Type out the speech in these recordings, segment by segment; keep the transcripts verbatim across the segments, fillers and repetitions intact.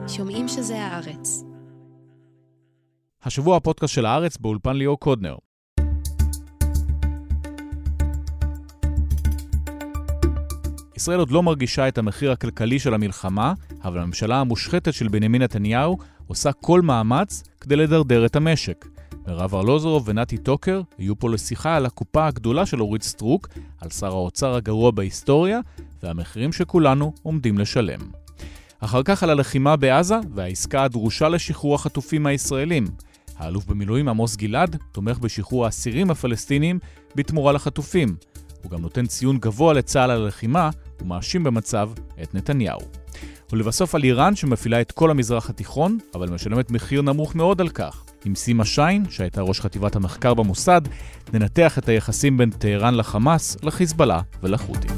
שומעים שזה הארץ. השבוע הפודקאסט של הארץ באולפן ליאור קודנר. ישראל עוד לא מרגישה את המחיר הכלכלי של המלחמה, אבל הממשלה המושחתת של בנימין נתניהו עושה כל מאמץ כדי לדרדר את המשק. מירב ארלוזורוב ונתי טוקר יהיו פה לשיחה על הקופה הגדולה של אורית סטרוק, על שר האוצר הגרוע בהיסטוריה, והמחירים שכולנו עומדים לשלם. אחר כך על הלחימה בעזה והעסקה הדרושה לשחרור החטופים הישראלים. האלוף במילואים עמוס גלעד תומך בשחרור האסירים הפלסטינים בתמורה לחטופים. הוא גם נותן ציון גבוה לצה"ל על הלחימה ומאשים במצב את נתניהו. ולבסוף על איראן שמפעילה את כל המזרח התיכון, אבל משלמת מחיר נמוך מאוד על כך. עם סימה שיין, שהייתה ראש חטיבת המחקר במוסד, ננתח את היחסים בין טהרן לחמאס, לחיזבאללה ולחות'ים.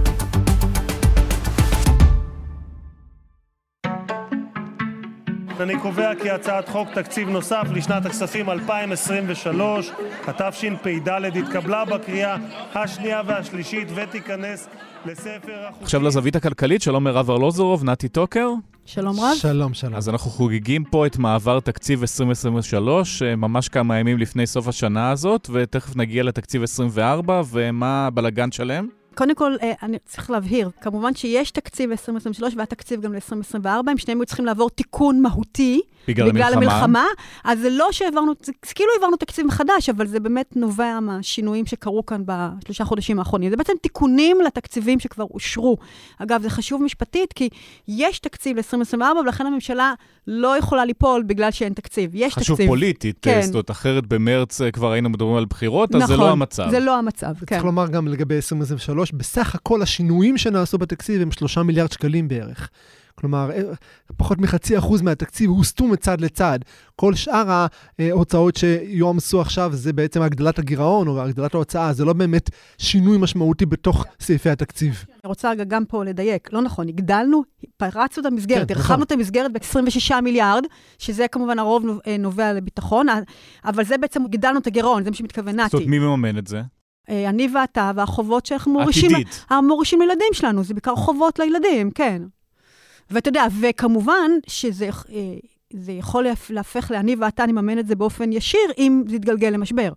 אני קובע כי הצעת חוק תקציב נוסף לשנת הכספים אלפיים עשרים ושלוש, התשפ"ד, התקבלה בקריאה השנייה והשלישית ותיכנס לספר החוקים. עכשיו לזווית הכלכלית, שלום מירב ארלוזורוב, נתי טוקר. שלום רב. שלום, שלום. אז אנחנו חוגגים פה את מעבר תקציב עשרים עשרים ושלוש, ממש כמה ימים לפני סוף השנה הזאת, ותכף נגיע לתקציב עשרים וארבע, ומה הבלגן שלהם? קודם כל, אני צריך להבהיר, כמובן שיש תקציב עשרים עשרים ושלוש והתקציב גם ל-עשרים עשרים וארבע, הם שניהם צריכים לעבור תיקון מהותי בגלל, בגלל המלחמה. המלחמה, אז זה לא שהעברנו, זה כאילו העברנו תקציב מחדש, אבל זה באמת נובע מהשינויים שקרו כאן בשלושה חודשים האחרונים. זה בעצם תיקונים לתקציבים שכבר אושרו. אגב, זה חשוב משפטית, כי יש תקציב ל-עשרים עשרים וארבע, ולכן הממשלה לא יכולה ליפול בגלל שאין תקציב. יש חשוב תקציב. פוליטית, כן. זאת אחרת במרץ כבר היינו מדברים על בחירות, אז נכון, זה לא המצב. זה לא המצב, כן. צריך לומר גם לגבי עשרים עשרים ושלוש, בסך הכל השינויים שנעשו בתקציב הם שלושה מיליארד שקלים בערך. כלומר, פחות מחצי אחוז מהתקציב הוסטו מצד לצד. כל שאר ההוצאות שיועמסו עכשיו זה בעצם הגדלת הגירעון או הגדלת ההוצאה, זה לא באמת שינוי משמעותי בתוך סעיפי התקציב. אני רוצה רגע גם פה לדייק, לא נכון, הגדלנו, פרצנו את המסגרת, הרחבנו את המסגרת ב-עשרים ושישה מיליארד, שזה כמובן הרוב נובע לביטחון, אבל זה בעצם הגדלנו את הגירעון, זה מה שמתכוונתי. זאת אומרת, מי מממן את זה? אני ואתה, והחובות שאנחנו מורישים, עתידית. המורישים לילדים שלנו, זה בעיקר חובות לילדים, כן. ואתה יודע, וכמובן שזה זה יכול להפך לעני ואתה נממן את זה באופן ישיר, אם זה יתגלגל למשבר.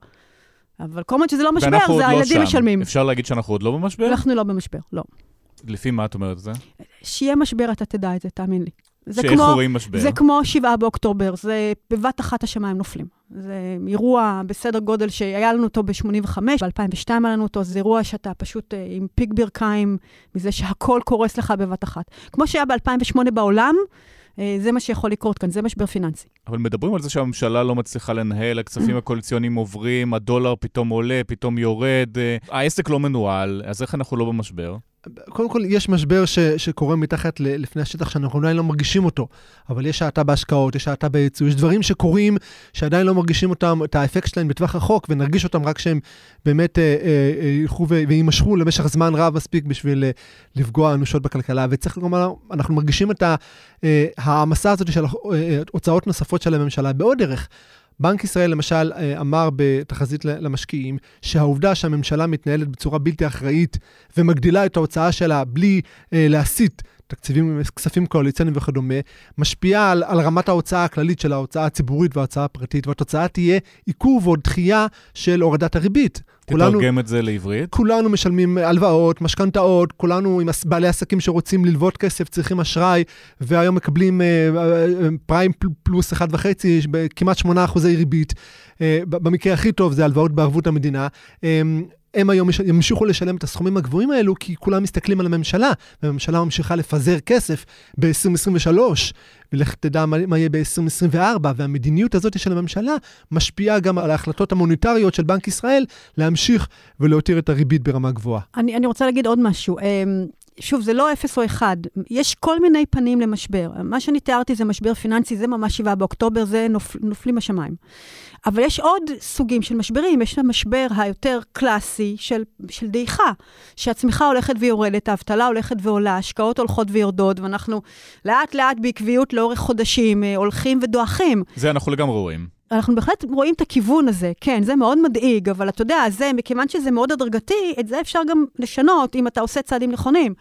אבל כל מה שזה לא משבר, זה הילדים לא משלמים. אפשר להגיד שאנחנו עוד לא במשבר? אנחנו לא במשבר, לא. לפי מה את אומרת את זה? שיהיה משבר, אתה תדע את זה, תאמין לי. שאיך רואים משבר? זה כמו שבעה באוקטובר, זה בבת אחת השמיים נופלים. זה אירוע בסדר גודל שהיה לנו אותו ב-שמונים וחמש, ב-אלפיים ושתיים היה לנו אותו, זה אירוע שאתה פשוט עם פיק ברכיים, מזה שהכל קורס לך בבת אחת. כמו שהיה ב-אלפיים ושמונה בעולם, זה מה שיכול לקרות כאן, זה משבר פיננסי. אבל מדברים על זה שהממשלה לא מצליחה לנהל, הכספים הקואליציוניים עוברים, הדולר פתאום עולה, פתאום יורד, העסק לא מנוהל, אז איך אנחנו לא במשבר? קודם כל, יש משבר ש, שקורה מתחת לפני השטח שאנחנו עדיין לא מרגישים אותו, אבל יש האטה בהשקעות, יש האטה בייצוא, יש דברים שקורים שעדיין לא מרגישים אותם, את האפקט שלהם בטווח רחוק, ונרגיש אותם רק שהם באמת אה, אה, ילכו וימשכו למשך זמן רב מספיק בשביל אה, לפגוע אנושות בכלכלה, וצריך לומר, אנחנו מרגישים את העמסה הזאת של הוצאות נוספות של הממשלה בעוד דרך. בנק ישראל למשל אמר בתחזית למשקיעים שהעובדה שהממשלה מתנהלת בצורה בלתי אחראית ומגדילה את ההוצאה שלה בלי אה, להסיט תקציבים, כספים קואליציוניים וכדומה, משפיעה על, על רמת ההוצאה הכללית של ההוצאה הציבורית וההוצאה הפרטית, והתוצאה תהיה עיכוב או דחייה של הורדת הריבית. תתרגם את זה לעברית. כולנו משלמים הלוואות, משכנתאות, כולנו עם בעלי עסקים שרוצים ללוות כסף, צריכים אשראי, והיום מקבלים פריים פלוס אחד וחצי, כמעט שמונה אחוזי ריבית. במקרה הכי טוב זה הלוואות בערבות המדינה. הם היום ימשיכו לשלם את הסכומים הגבוהים האלו, כי כולם מסתכלים על הממשלה, והממשלה ממשיכה לפזר כסף ב-עשרים עשרים ושלוש, ולך תדע מה, מה יהיה ב-עשרים עשרים וארבע, והמדיניות הזאת של הממשלה משפיעה גם על ההחלטות המוניטריות של בנק ישראל, להמשיך ולהותיר את הריבית ברמה גבוהה. אני, אני רוצה להגיד עוד משהו. שוב, זה לא אפס או אחד. יש כל מיני פנים למשבר. מה שאני תיארתי זה משבר פיננסי, זה ממש שבעה באוקטובר, זה נופ, נופלים השמיים. אבל יש עוד סוגים של משברים. יש המשבר היותר קלאסי של, של דעיכה, שהצמיחה הולכת ויורדת, האבטלה הולכת ועולה, השקעות הולכות ויורדות, ואנחנו לאט לאט בעקביות לאורך חודשים הולכים ודועכים. זה אנחנו לגמרי רואים. אנחנו בהחלט רואים את הכיוון הזה, כן, זה מאוד מדאיג, אבל אתה יודע, זה, מכיוון שזה מאוד הדרגתי, את זה אפשר גם לשנות אם אתה עושה צעדים נכונים.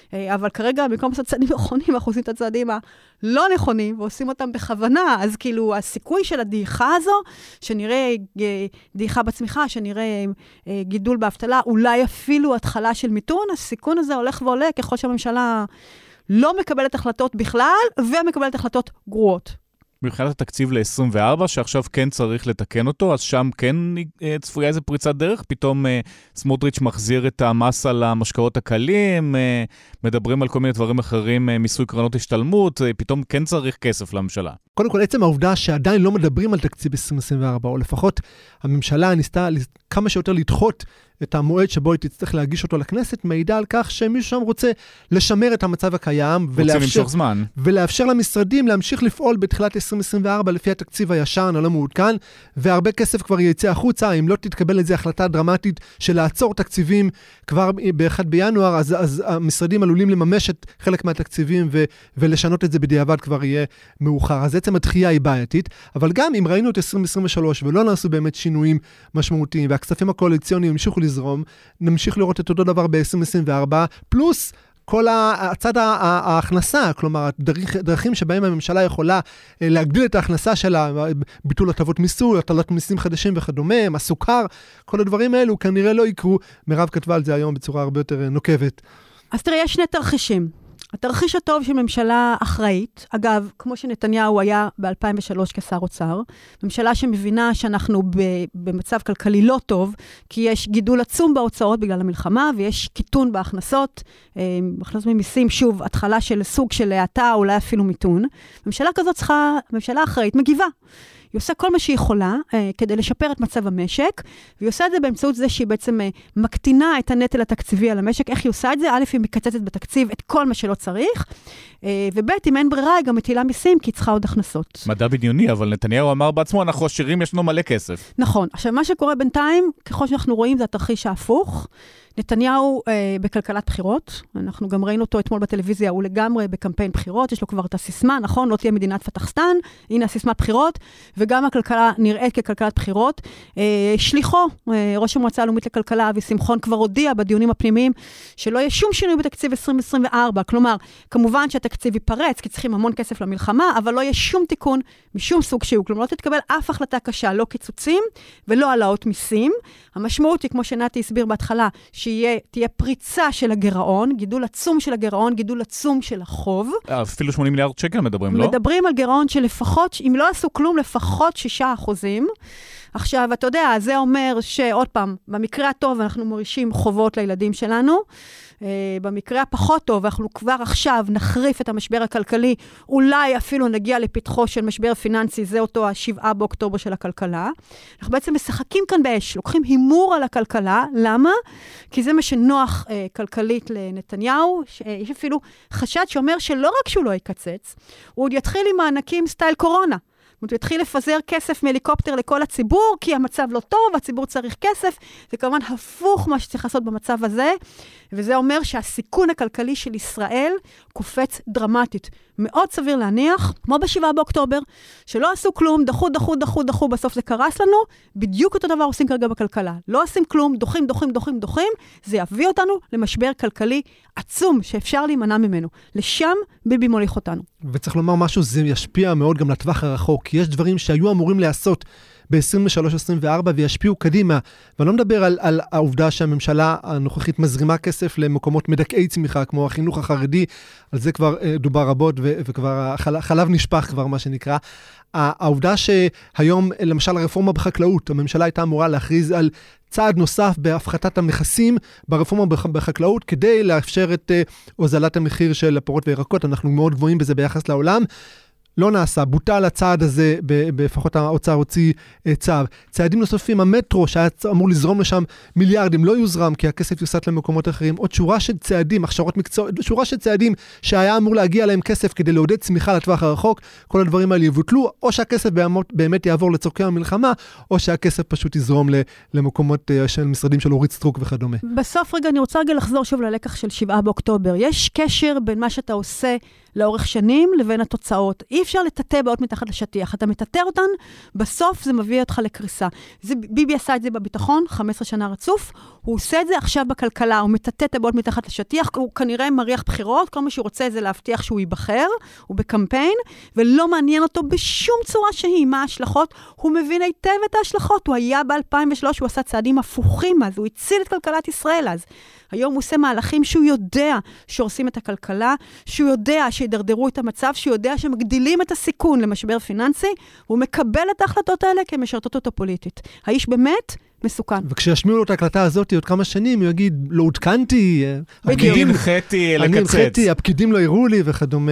אבל כרגע, במקום לעשות צעדים נכונים, אנחנו עושים את הצעדים הלא נכונים, ועושים אותם בכוונה. אז כאילו, הסיכוי של הדעיכה הזו, שנראה דעיכה בצמיחה, שנראה גידול באבטלה, אולי אפילו התחלה של מיתון, הסיכון הזה הולך ועולה ככל שהממשלה לא מקבלת החלטות בכלל, ומקבלת החלטות גרועות. מבחינת התקציב ל-עשרים וארבע, שעכשיו כן צריך לתקן אותו, אז שם כן צפויה איזה פריצת דרך, פתאום סמוטריץ' מחזיר את המס על המשקאות הקלים, מדברים על כל מיני דברים אחרים, מיסוי קרנות השתלמות, פתאום כן צריך כסף לממשלה. קודם כל, עצם העובדה שעדיין לא מדברים על תקציב עשרים עשרים וארבע, או לפחות הממשלה ניסתה כמה שיותר לדחות את המועד שבו היא תצטרך להגיש אותו לכנסת, מעידה על כך שמישהו שם רוצה לשמר את המצב הקיים, ולאפשר, ולאפשר למשרדים להמשיך לפעול בתחילת עשרים עשרים וארבע לפי התקציב הישן, הלא מעודכן, והרבה כסף כבר יצא החוצה, אם לא תתקבל איזו החלטה דרמטית של לעצור תקציבים כבר ב-אחד בינואר, אז, אז המשרדים עלולים לממש את חלק מהתקציבים ו- ולשנות את זה בדיעבד כבר יהיה מאוחר. אז עצם הדחייה היא בעייתית, אבל גם אם ראינו את עשרים עשרים ושלוש ולא נעשו באמת שינויים משמעותיים, והכספים הקואליציוניים המשיכו לזרום, נמשיך לראות את אותו דבר ב-עשרים עשרים וארבע, פלוס כל הצד ההכנסה, כלומר, דרכים שבהם הממשלה יכולה להגדיל את ההכנסה שלה, ביטול הטבות מיסוי, הטלת מיסים חדשים וכדומה, הסוכר, כל הדברים האלו כנראה לא יקרו. מירב כתבה על זה היום בצורה הרבה יותר נוקבת. אז תראה, יש שני תרחישים. התרחיש הטוב של ממשלה אחראית, אגב, כמו שנתניהו היה ב-אלפיים ושלוש כשר אוצר, ממשלה שמבינה שאנחנו במצב כלכלי לא טוב, כי יש גידול עצום בהוצאות בגלל המלחמה, ויש קיטון בהכנסות, הכנסות ממיסים, שוב, התחלה של סוג של האטה, אולי אפילו מיתון. ממשלה כזאת צריכה, ממשלה אחראית מגיבה. היא עושה כל מה שהיא יכולה אה, כדי לשפר את מצב המשק, והיא עושה את זה באמצעות זה שהיא בעצם אה, מקטינה את הנטל התקציבי על המשק. איך היא עושה את זה? א', היא מקצצת בתקציב את כל מה שלא צריך, אה, וב', אם אין ברירה, היא גם מטילה מיסים, כי היא צריכה עוד הכנסות. מדע בדיוני, אבל נתניהו אמר בעצמו, אנחנו עשירים, יש לנו מלא כסף. נכון. עכשיו, מה שקורה בינתיים, ככל שאנחנו רואים, זה התרחיש ההפוך. נתניהו אה, בכלכלת בחירות, אנחנו גם ראינו אותו אתמול בטלוויזיה, הוא לגמרי בקמפיין בחירות, יש לו כבר את הסיסמה, נכון? לא תהיה מדינת פתחסטן, הנה הסיסמת בחירות, וגם הכלכלה נראית ככלכלת בחירות. אה, שליחו, אה, ראש המועצה הלאומית לכלכלה, אבי שמחון, כבר הודיע בדיונים הפנימיים, שלא יהיה שום שינוי בתקציב עשרים עשרים וארבע, כלומר, כמובן שהתקציב ייפרץ, כי צריכים המון כסף למלחמה, אבל לא יהיה שום תיקון משום סוג שהוא, כלומר, לא תתקבל אף החלטה קשה, לא קיצוצים ולא העלאות מיסים. המשמעות היא, כמו שנתי הסביר בהתחלה, שתהיה פריצה של הגירעון, גידול עצום של הגירעון, גידול עצום של החוב. אפילו שמונים מיליארד שקל מדברים, לא? מדברים על גירעון שלפחות, אם לא עשו כלום, לפחות שישה אחוזים. עכשיו, אתה יודע, זה אומר שעוד פעם, במקרה הטוב אנחנו מורישים חובות לילדים שלנו, במקרה הפחות טוב, אנחנו כבר עכשיו נחריף את המשבר הכלכלי, אולי אפילו נגיע לפתחו של משבר פיננסי, זה אותו השבעה באוקטובר של הכלכלה. אנחנו בעצם משחקים כאן באש, לוקחים הימור על הכלכלה, למה? כי זה מה שנוח אה, כלכלית לנתניהו, יש אפילו חשד שאומר שלא רק שהוא לא יקצץ, הוא עוד יתחיל עם מענקים סטייל קורונה. הוא יתחיל לפזר כסף מהליקופטר לכל הציבור, כי המצב לא טוב, הציבור צריך כסף. זה כמובן הפוך מה שצריך לעשות במצב הזה, וזה אומר שהסיכון הכלכלי של ישראל קופץ דרמטית. מאוד סביר להניח, כמו בשבעה באוקטובר, שלא עשו כלום, דחו, דחו, דחו, דחו, בסוף זה קרס לנו, בדיוק אותו דבר עושים כרגע בכלכלה. לא עושים כלום, דוחים, דוחים, דוחים, דוחים, זה יביא אותנו למשבר כלכלי עצום, שאפשר להימנע ממנו. לשם ביבי מוליך אותנו. וצריך לומר משהו, זה ישפיע מאוד גם לטווח הרחוק, כי יש דברים שהיו אמורים לעשות ב-עשרים ושלוש עשרים וארבע וישפיעו קדימה. ואני לא מדבר על, על העובדה שהממשלה הנוכחית מזרימה כסף למקומות מדכאי צמיחה, כמו החינוך החרדי, על זה כבר אה, דובר רבות, ו- וכבר החלב, חלב נשפך כבר, מה שנקרא. העובדה שהיום, למשל, הרפורמה בחקלאות, הממשלה הייתה אמורה להכריז על צעד נוסף בהפחתת המכסים ברפורמה בחקלאות, כדי לאפשר את אה, הוזלת המחיר של הפירות וירקות. אנחנו מאוד גבוהים בזה ביחס לעולם. לא נעשה, בוטל הצעד הזה, בפחות האוצר הוציא צו. צעדים נוספים, המטרו שהיה אמור לזרום לשם מיליארדים, לא יוזרם, כי הכסף יוסט למקומות אחרים. עוד שורה של צעדים, הכשרות מקצוע, שורה של צעדים שהיה אמור להגיע להם כסף כדי לעודד צמיחה לטווח הרחוק, כל הדברים האלה יבוטלו, או שהכסף באמת יעבור לצורכי המלחמה, או שהכסף פשוט יזרום למקומות של משרדים של אורית סטרוק וכדומה. בסוף רגע, אני רוצה רגע לחזור שוב ללקח של שבעה באוקטובר. יש קשר בין מה שאתה עושה לאורך שנים לבין התוצאות. אי אפשר לטאטא בעיות מתחת לשטיח. אתה מטאטא אותן, בסוף זה מביא אותך לקריסה. זה, ביבי עשה את זה בביטחון, חמש עשרה שנה רצוף, הוא עושה את זה עכשיו בכלכלה, הוא מטאטא את הבעיות מתחת לשטיח, הוא כנראה מריח בחירות, כל מה שהוא רוצה זה להבטיח שהוא ייבחר, הוא בקמפיין, ולא מעניין אותו בשום צורה שהיא, מה ההשלכות, הוא מבין היטב את ההשלכות, הוא היה ב-אלפיים ושלוש, הוא עשה צעדים הפוכים אז, הוא הציל את כלכלת ישראל אז. היום הוא עושה מהלכים שהוא יודע שעושים את הכלכלה, שהוא יודע שידרדרו את המצב, שהוא יודע שמגדילים את הסיכון למשבר פיננסי, הוא מקבל את ההחלטות האלה כמשרתות אותו פוליטית. האיש באמת מסוכן. וכשישמיעו לו את ההקלטה הזאת עוד כמה שנים, הוא יגיד, לא עודכנתי, אני הנחתי לקצץ. אני הנחתי, הפקידים לא הראו לי וכדומה.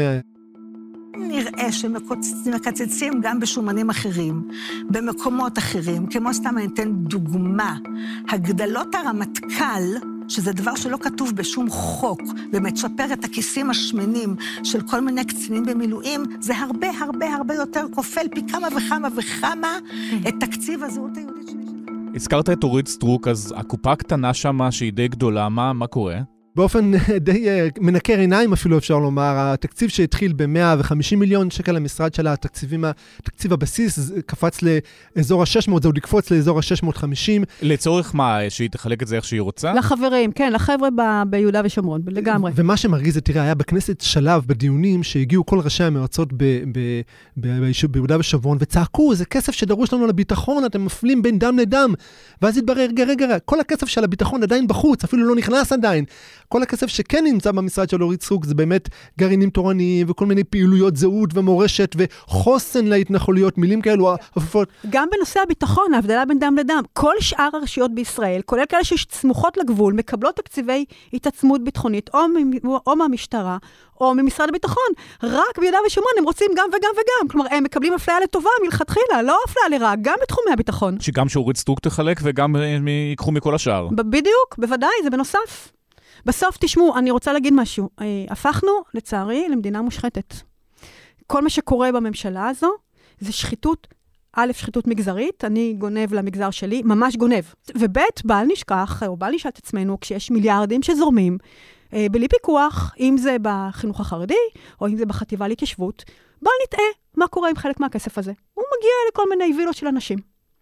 נראה שמקצצים גם בשומנים אחרים, במקומות אחרים, כמו סתם אני אתן דוגמה, הגדלות הרמטכ"ל, שזה דבר שלא כתוב בשום חוק, ומצ'פר את הכיסים השמנים של כל מיני קצינים במילואים, זה הרבה הרבה הרבה יותר כופל פי כמה וכמה וכמה את תקציב הזהות היהודית שלי. הזכרת את אורית סטרוק, אז הקופה הקטנה שמה שהיא די גדולה, מה, מה קורה? באופן די מנקר עיניים אפילו אפשר לומר, התקציב שהתחיל ב-מאה וחמישים מיליון שקל למשרד שלה, התקציבים, התקציב הבסיס קפץ לאזור ה-שש מאות, זה עוד יקפוץ לאזור ה-שש מאות וחמישים. לצורך מה? שהיא תחלק את זה איך שהיא רוצה? לחברים, כן, לחבר'ה ב- ביהודה ושומרון, לגמרי. ומה שמרגיז זה, תראה, היה בכנסת שלב בדיונים שהגיעו כל ראשי המועצות ב- ב- ב- ביהודה ושומרון, וצעקו, זה כסף שדרוש לנו לביטחון, אתם מפלים בין דם לדם. ואז התברר, רגע, רגע, כל הכסף של הביטחון עדיין בחוץ, אפילו לא נכנס עדיין. כל הכסף שכן נמצא במשרד של אורית סטרוק זה באמת גרעינים תורניים וכל מיני פעילויות זהות ומורשת וחוסן להתנחלויות, מילים כאלו עפופות. גם בנושא הביטחון, ההבדלה בין דם לדם, כל שאר הרשויות בישראל, כולל כאלה שסמוכות לגבול, מקבלות תקציבי התעצמות ביטחונית, או, או מהמשטרה, או ממשרד הביטחון. רק ביהודה ושומרון הם רוצים גם וגם וגם. כלומר, הם מקבלים אפליה לטובה מלכתחילה, לא אפליה לרעה, גם בתחומי הביטחון. שגם שאורית סטרוק תחלק וגם ייקחו מכל השאר. בדיוק, בוודאי, זה בנוסף. בסוף, תשמעו, אני רוצה להגיד משהו. הפכנו, לצערי, למדינה מושחתת. כל מה שקורה בממשלה הזו, זה שחיתות, א', שחיתות מגזרית, אני גונב למגזר שלי, ממש גונב. וב', בל נשכח, או בל נשאל את עצמנו, כשיש מיליארדים שזורמים, בלי פיקוח, אם זה בחינוך החרדי, או אם זה בחטיבה להתיישבות, בל נטעה מה קורה עם חלק מהכסף הזה. הוא מגיע לכל מיני וילות של אנשים.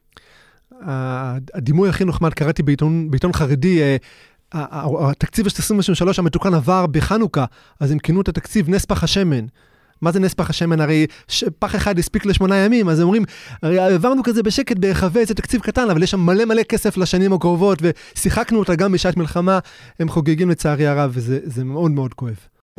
הדימוי הכי נחמד, קראתי בעיתון, בעיתון חרדי, התקציב של עשרים ושלוש המתוקן עבר בחנוכה, אז הם כינו את התקציב נס פח השמן. מה זה נס פח השמן? הרי פח אחד הספיק לשמונה ימים, אז הם אומרים, הרי עברנו כזה בשקט בהיחווה, איזה תקציב קטן, אבל יש שם מלא מלא כסף לשנים הקרובות, ושיחקנו אותה גם בשעת מלחמה, הם חוגגים לצערי הרב, וזה מאוד מאוד כואב.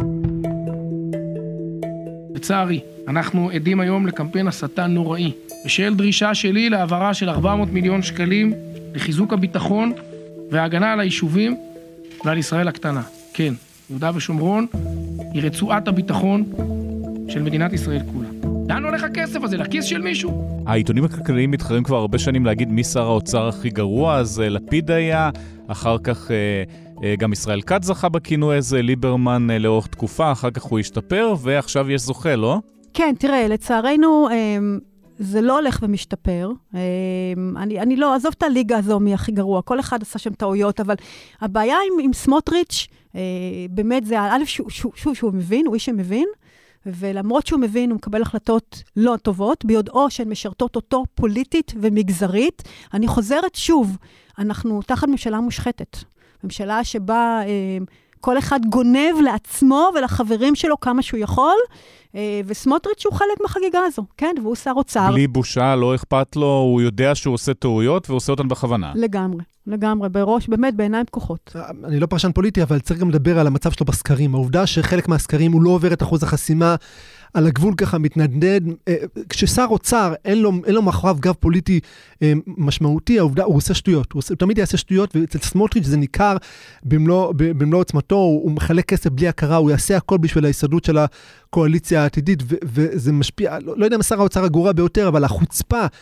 לצערי, אנחנו עדים היום לקמפיין הסתה נוראי, בשל דרישה שלי להעברה של ארבע מאות מיליון שקלים לחיזוק הביטחון וההגנה על היישובים ועל ישראל הקטנה. כן, יהודה ושומרון היא רצועת הביטחון של מדינת ישראל כולה. לאן הולך הכסף הזה? לכיס של מישהו? העיתונים הכלכליים מתחרים כבר הרבה שנים להגיד מי שר האוצר הכי גרוע, אז לפיד היה, אחר כך גם ישראל כץ זכה בכינוי הזה, ליברמן לאורך תקופה, אחר כך הוא השתפר, ועכשיו יש זוכה, לא? כן, תראה, לצערנו זה לא הולך ומשתפר. אני, אני לא, עזוב את הליגה הזו מי הכי גרוע, כל אחד עשה שם טעויות, אבל הבעיה עם, עם סמוטריץ', באמת זה, א', שוב, שוב, שוב, שהוא מבין, הוא איש שמבין, ולמרות שהוא מבין, הוא מקבל החלטות לא טובות, ביודעו שהן משרתות אותו פוליטית ומגזרית. אני חוזרת שוב, אנחנו תחת ממשלה מושחתת. ממשלה שבה אה, כל אחד גונב לעצמו ולחברים שלו כמה שהוא יכול, אה, וסמוטריץ' הוא חלק מהחגיגה הזו, כן? והוא שר אוצר. בלי בושה, לא אכפת לו, הוא יודע שהוא עושה טעויות ועושה אותן בכוונה. לגמרי. לגמרי, בראש, באמת, בעיניים פקוחות. אני לא פרשן פוליטי, אבל צריך גם לדבר על המצב שלו בסקרים. העובדה שחלק מהסקרים הוא לא עובר את אחוז החסימה, על הגבול ככה מתנדנד. כששר אוצר אין לו, אין לו מאחוריו גב פוליטי משמעותי, העובדה, הוא עושה שטויות. הוא, הוא תמיד יעשה שטויות, ואצל סמוטריץ' זה ניכר במלוא, במלוא עצמתו, הוא, הוא מחלק כסף בלי הכרה, הוא יעשה הכל בשביל ההישרדות של הקואליציה העתידית, ו, וזה משפיע, לא, לא יודע אם שר האוצר הגרוע ביותר, אבל החוצפה,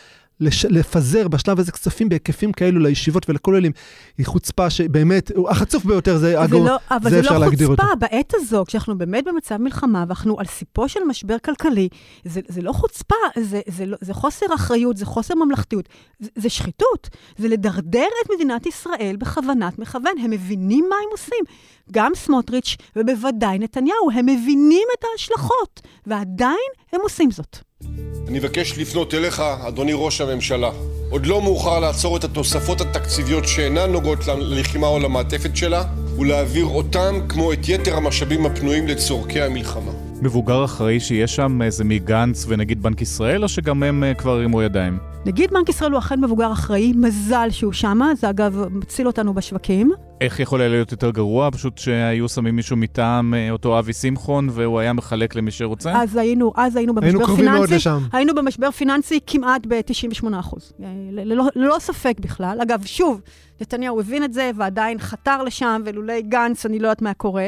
לש, לפזר בשלב הזה כספים בהיקפים כאלו לישיבות ולכוללים, היא חוצפה שבאמת, החצוף ביותר זה, זה, לא, אבל זה זה אפשר לא להגדיר חוצפה, אותו. בעת הזו, כשאנחנו באמת במצב מלחמה, ואנחנו על סיפו של משבר כלכלי, זה, זה לא חוצפה, זה, זה, לא, זה חוסר אחריות, זה חוסר ממלכתיות, זה, זה שחיתות, זה לדרדר את מדינת ישראל בכוונת מכוון, הם מבינים מה הם עושים. גם סמוטריץ' ובוודאי נתניהו, הם מבינים את ההשלכות, ועדיין הם עושים זאת. אני מבקש לפנות אליך, אדוני ראש הממשלה. עוד לא מאוחר לעצור את התוספות התקציביות שאינן נוגעות ללחימה או למעטפת שלה, ולהעביר אותם כמו את יתר המשאבים הפנויים לצורכי המלחמה. מבוגר אחראי שיש שם איזה מגנץ ונגיד בנק ישראל, או שגם הם כבר הרימו ידיים? נגיד בנק ישראל הוא אכן מבוגר אחראי, מזל שהוא שמה, זה אגב מציל אותנו בשווקים. איך יכול להיות יותר גרוע? פשוט שהיו שמים מישהו מטעם אותו אבי שמחון, והוא היה מחלק למי שרוצה? אז היינו, אז היינו במשבר היינו פיננסי. מאוד לשם. היינו במשבר פיננסי כמעט ב-תשעים ושמונה אחוז. ללא, ללא ספק בכלל. אגב, שוב, נתניהו הבין את זה, ועדיין חתר לשם, ולולי גנץ, אני לא יודעת מה קורה.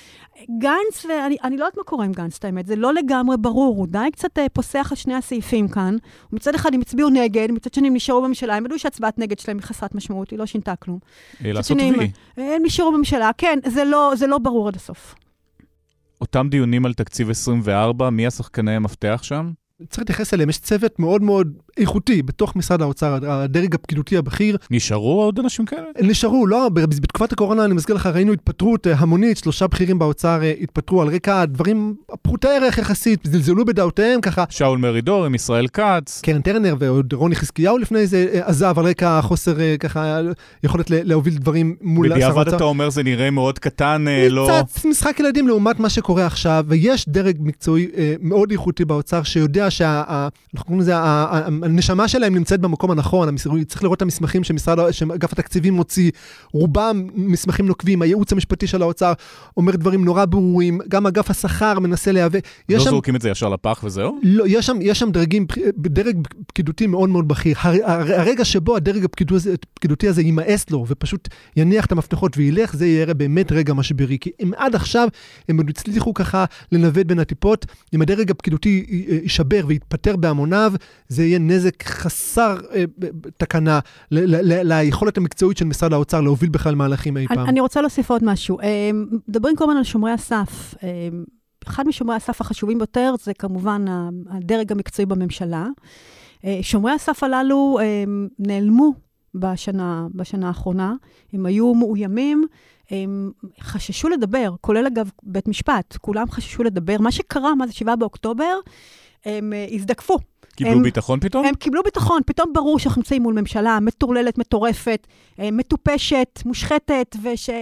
גנץ, ואני אני לא יודעת מה קורה עם גנץ, את האמת, זה לא לגמרי ברור, הוא די קצת uh, פוסח על שני הסעיפים כאן, ומצד אחד הם הצביעו נגד, מצד שני הם נשארו בממשלה, הם ידעו שהצבעת נגד שלהם היא חסרת משמעות, היא לא שינתה כלום. לעשות וי. הם נשארו בממשלה, כן, זה לא, זה לא ברור עד הסוף. אותם דיונים על תקציב עשרים וארבע, מי השחקני המפתח שם? צריך להתייחס אליהם, יש צוות מאוד מאוד איכותי בתוך משרד האוצר, הדרג הפקידותי הבכיר. נשארו עוד אנשים כאלה? נשארו, לא, בתקופת הקורונה, אני מזכיר לך, ראינו התפטרות המונית, שלושה בכירים באוצר התפטרו על רקע דברים פחותי ערך יחסית, זלזלו בדעותיהם ככה. שאול מרידור עם ישראל כץ. קרן טרנר ועוד רוני חזקיהו לפני זה עזב על רקע חוסר ככה יכולת להוביל דברים מול שר האוצר. בדיעבד אתה אומר זה נראה מאוד קטן, לא... קצת משחק ילדים לעומת מה שקורה עכשיו, ויש דרג מקצועי מאוד איכותי באוצר שיודע שאנחנו קוראים לזה, הנשמה שלהם נמצאת במקום הנכון, צריך לראות את המסמכים שאגף התקציבים מוציא, רובם מסמכים נוקבים, הייעוץ המשפטי של האוצר אומר דברים נורא ברורים, גם אגף השכר מנסה להיאבק. לא זורקים את זה ישר לפח וזהו? לא, יש שם, יש שם דרגים, דרג פקידותי מאוד מאוד בכיר. הרגע שבו הדרג הפקידותי הזה יימאס לו, ופשוט יניח את המפתחות וילך, זה יהיה באמת רגע משברי, כי אם עד עכשיו הם הצליחו ככה לנווט בין הטיפות, אם הדרג הפקידותי יישבר ויתפטר בהמוניו, זה יהיה נזק חסר אה, תקנה ל- ל- ליכולת המקצועית של משרד האוצר להוביל בכלל מהלכים אי פעם. אני, אני רוצה להוסיף עוד משהו. מדברים כל הזמן על שומרי הסף. אחד משומרי הסף החשובים ביותר זה כמובן הדרג המקצועי בממשלה. שומרי הסף הללו נעלמו בשנה, בשנה האחרונה. הם היו מאוימים, הם חששו לדבר, כולל אגב בית משפט. כולם חששו לדבר. מה שקרה, מה זה שבעה באוקטובר, הם הזדקפו. קיבלו הם, ביטחון פתאום? הם קיבלו ביטחון, פתאום ברור שאנחנו נמצאים מול ממשלה מטורללת, מטורפת, מטופשת, מושחתת,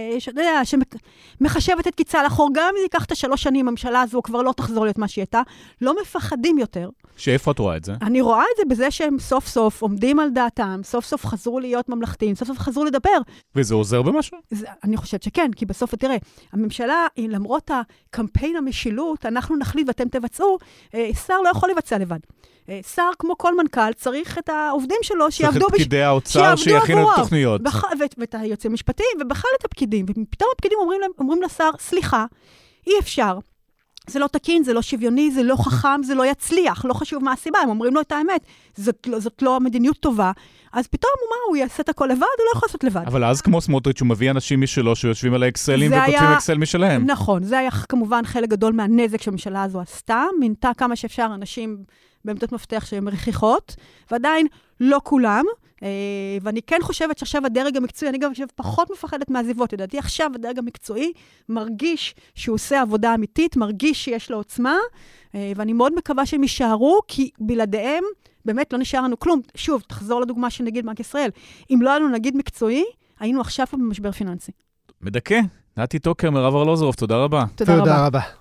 שמחשבת את קיצה לאחור, גם אם זה ייקח את השלוש שנים, הממשלה הזו כבר לא תחזור להיות מה שהיא הייתה, לא מפחדים יותר. שאיפה את רואה את זה? אני רואה את זה בזה שהם סוף סוף עומדים על דעתם, סוף סוף חזרו להיות ממלכתיים, סוף סוף חזרו לדבר. וזה עוזר במשהו? זה, אני חושבת שכן, כי בסוף, תראה, הממשלה, למרות הקמפיין המשילות, אנחנו נחליט ואתם תבצעו, שר לא יכול לבצע לבד. שר, כמו כל מנכ"ל, צריך את העובדים שלו שיעבדו... צריך את פקידי האוצר שיכינו את תוכניות. ואת היועצים המשפטיים, ובכלל את הפקידים. ופתאום הפקידים אומרים, אומרים לשר, סליחה, אי אפשר. זה לא תקין, זה לא שוויוני, זה לא חכם, זה לא יצליח, לא חשוב מה הסיבה, הם אומרים לו את האמת, זאת, זאת לא מדיניות טובה, אז פתאום הוא מה, הוא יעשה את הכל לבד, הוא לא יכול לעשות לבד. אבל אז כמו סמוטריץ' הוא מביא אנשים משלו שיושבים על האקסלים וכותבים היה... אקסל משלהם. נכון, זה היה כמובן חלק גדול מהנזק שהממשלה הזו עשתה, מינתה כמה שאפשר אנשים בעמדות מפתח שהן רכיחות, ועדיין לא כולם, ואני כן חושבת שעכשיו הדרג המקצועי, אני גם חושבת פחות מפחדת מהזיבות, לדעתי עכשיו הדרג המקצועי מרגיש שהוא עושה עבודה אמיתית, מרגיש שיש לו עוצמה, ואני מאוד מקווה שהם יישארו, כי בלעדיהם באמת לא נשאר לנו כלום. שוב, תחזור לדוגמה של נגיד בנק ישראל, אם לא היינו נגיד מקצועי, היינו עכשיו במשבר פיננסי. מדכא, נתי טוקר מרב ארלוזורוב, תודה רבה. תודה רבה. תודה רבה.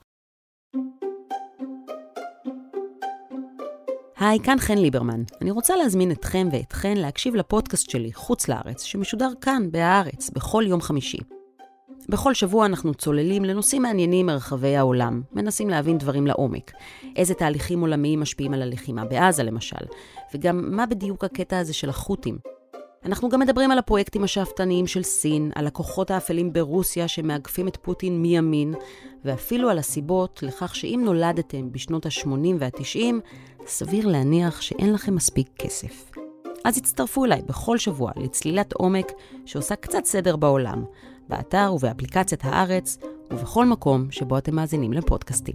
היי, כאן חן ליברמן. אני רוצה להזמין אתכם ואתכן להקשיב לפודקאסט שלי, חוץ לארץ, שמשודר כאן, בהארץ, בכל יום חמישי. בכל שבוע אנחנו צוללים לנושאים מעניינים מרחבי העולם, מנסים להבין דברים לעומק. איזה תהליכים עולמיים משפיעים על הלחימה בעזה, למשל, וגם מה בדיוק הקטע הזה של החות'ים. אנחנו גם מדברים על הפרויקטים השאפתניים של סין, על הכוחות האפלים ברוסיה שמאגפים את פוטין מימין, ואפילו על הסיבות לכך שאם נולדתם בשנות ה-שמונים וה-תשעים, סביר להניח שאין לכם מספיק כסף. אז הצטרפו אליי בכל שבוע לצלילת עומק שעושה קצת סדר בעולם, באתר ובאפליקציית הארץ, ובכל מקום שבו אתם מאזינים לפודקאסטים.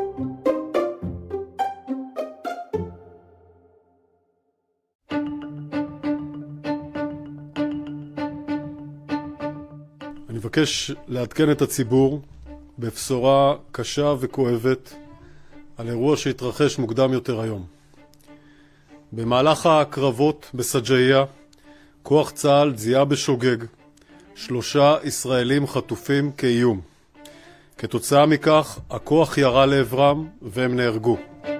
אני מבקש לעדכן את הציבור בבשורה קשה וכואבת על אירוע שהתרחש מוקדם יותר היום. במהלך הקרבות בסג'איה, כוח צה"ל זיהה בשוגג שלושה ישראלים חטופים כאיום. כתוצאה מכך, הכוח ירה לעברם והם נהרגו.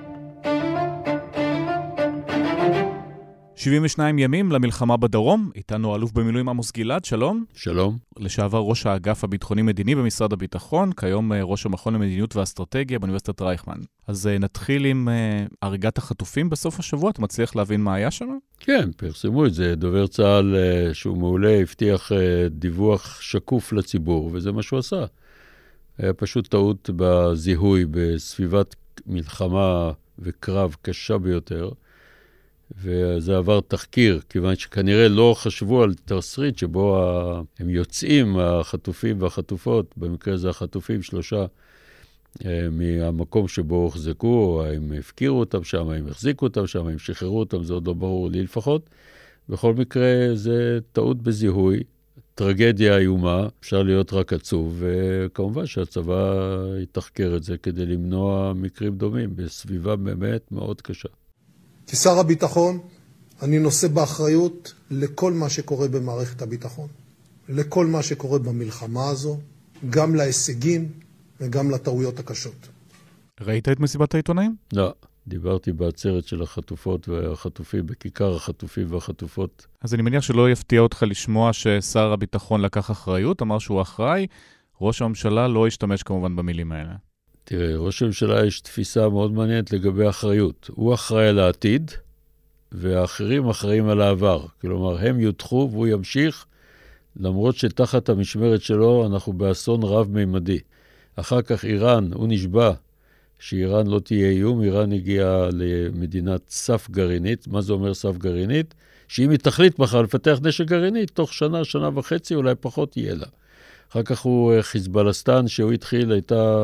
שבעים ושניים ימים למלחמה בדרום, איתנו אלוף במילואים עמוס גלעד, שלום. שלום. לשעבר ראש האגף הביטחוני-מדיני במשרד הביטחון, כיום ראש המכון למדיניות ואסטרטגיה באוניברסיטת רייכמן. אז נתחיל עם הריגת החטופים בסוף השבוע, אתה מצליח להבין מה היה שם? כן, פרסמו את זה. דובר צה"ל שהוא מעולה, הבטיח דיווח שקוף לציבור, וזה מה שהוא עשה. היה פשוט טעות בזיהוי, בסביבת מלחמה וקרב קשה ביותר, וזה עבר תחקיר, כיוון שכנראה לא חשבו על תסריט שבו הם יוצאים, החטופים והחטופות, במקרה זה החטופים שלושה, מהמקום שבו הוחזקו, הם הפקירו אותם שם, הם החזיקו אותם שם, הם שחררו אותם, זה עוד לא ברור לי לפחות. בכל מקרה זה טעות בזיהוי, טרגדיה איומה, אפשר להיות רק עצוב, וכמובן שהצבא יתחקר את זה כדי למנוע מקרים דומים, בסביבה באמת מאוד קשה. כשר הביטחון, אני נושא באחריות לכל מה שקורה במערכת הביטחון, לכל מה שקורה במלחמה הזו, גם להישגים וגם לטעויות הקשות. ראית את מסיבת העיתונאים? לא, דיברתי בעצרת של החטופות והחטופים, בכיכר החטופים והחטופות. אז אני מניח שלא יפתיע אותך לשמוע ששר הביטחון לקח אחריות, אמר שהוא אחראי, ראש הממשלה לא השתמש כמובן במילים האלה. תראה, ראש הממשלה יש תפיסה מאוד מעניינת לגבי אחריות. הוא אחראי על העתיד, והאחרים אחראים על העבר. כלומר, הם יודחו והוא ימשיך, למרות שתחת המשמרת שלו אנחנו באסון רב-מימדי. אחר כך איראן, הוא נשבע שאיראן לא תהיה איום, איראן הגיעה למדינת סף גרעינית. מה זה אומר סף גרעינית? שאם היא תחליט מחר לפתח נשק גרעיני, תוך שנה, שנה וחצי, אולי פחות יהיה לה. אחר כך הוא חיזבאלסטן, שהוא התחיל, הייתה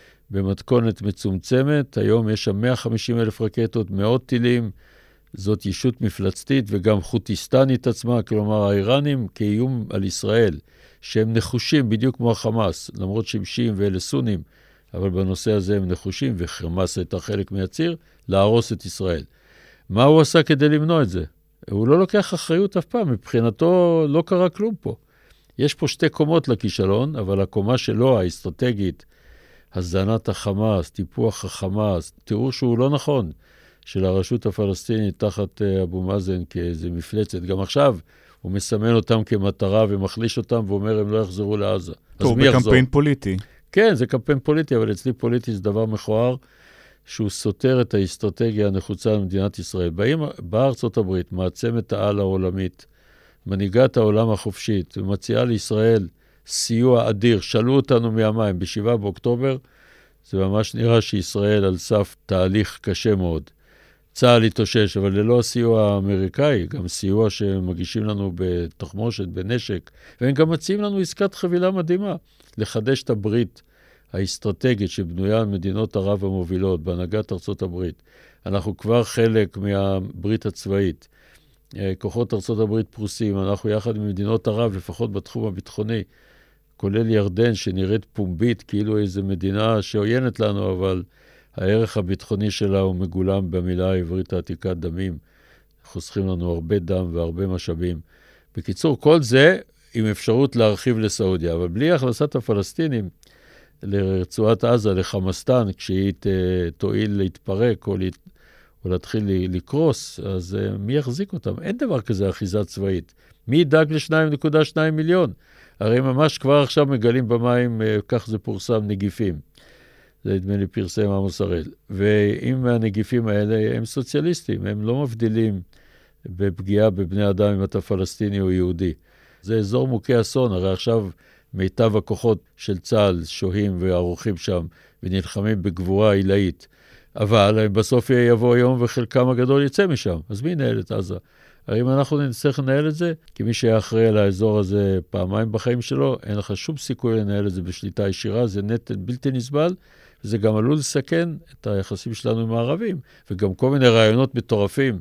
במתכונת מצומצמת, היום יש שם מאה וחמישים אלף רקטות, מאות טילים, זאת ישות מפלצתית וגם חוטיסטנית עצמה, כלומר האיראנים כאיום על ישראל, שהם נחושים בדיוק כמו החמאס, למרות שהם שיעים ואלה סונים, אבל בנושא הזה הם נחושים, וחמאס הייתה חלק מהציר, להרוס את ישראל. מה הוא עשה כדי למנוע את זה? הוא לא לוקח אחריות אף פעם, מבחינתו לא קרה כלום פה. יש פה שתי קומות לכישלון, אבל הקומה שלו, האסטרטגית, הזנת החמאס, טיפוח החמאס, תיאור שהוא לא נכון, של הרשות הפלסטינית תחת אבו מאזן כאיזו מפלצת. גם עכשיו הוא מסמן אותם כמטרה ומחליש אותם ואומר הם לא יחזרו לעזה. טוב, בקמפיין פוליטי. כן, זה קמפיין פוליטי, אבל אצלי פוליטי זה דבר מכוער, שהוא סותר את האסטרטגיה הנחוצה למדינת ישראל. באים, באה ארצות הברית, מעצמת העל העולמית, מנהיגת העולם החופשית, ומציעה לישראל סיוע אדיר, שאלו אותנו מהמים בשבעה באוקטובר, זה ממש נראה שישראל על סף תהליך קשה מאוד. צה"ל התאושש, אבל ללא הסיוע האמריקאי, גם סיוע שמגישים לנו בתחמושת, בנשק, והם גם מציעים לנו עסקת חבילה מדהימה, לחדש את הברית האסטרטגית שבנויה על מדינות ערב המובילות, בהנהגת ארצות הברית. אנחנו כבר חלק מהברית הצבאית. כוחות ארצות הברית פרוסים, אנחנו יחד עם מדינות ערב, לפחות בתחום הביטחוני, כולל ירדן שנראית פומבית, כאילו איזו מדינה שעוינת לנו, אבל הערך הביטחוני שלה הוא מגולם במילה העברית העתיקת דמים. חוסכים לנו הרבה דם והרבה משאבים. בקיצור, כל זה עם אפשרות להרחיב לסעודיה, אבל בלי הכנסת הפלסטינים לרצועת עזה, לחמאסטן, כשהיא תועיל להתפרק או, להת... או להתחיל לקרוס, אז מי יחזיק אותם? אין דבר כזה אחיזה צבאית. מי ידאג ל-שתיים נקודה שתיים מיליון? הרי ממש כבר עכשיו מגלים במים, כך זה פורסם, נגיפים. זה נדמה לי פרסם עמוס הראל. ואם הנגיפים האלה הם סוציאליסטים, הם לא מבדילים בפגיעה בבני אדם אם אתה פלסטיני או יהודי. זה אזור מוכה אסון, הרי עכשיו מיטב הכוחות של צה"ל שוהים וערוכים שם ונלחמים בגבורה עילאית. אבל בסוף יבוא יום וחלקם הגדול יצא משם. אז מי נהל את עזה? האם אנחנו נצטרך לנהל את זה? כי מי שהיה אחראי על האזור הזה פעמיים בחיים שלו, אין לך שום סיכוי לנהל את זה בשליטה ישירה, זה נטל בלתי נסבל, וזה גם עלול לסכן את היחסים שלנו עם הערבים, וגם כל מיני רעיונות מטורפים,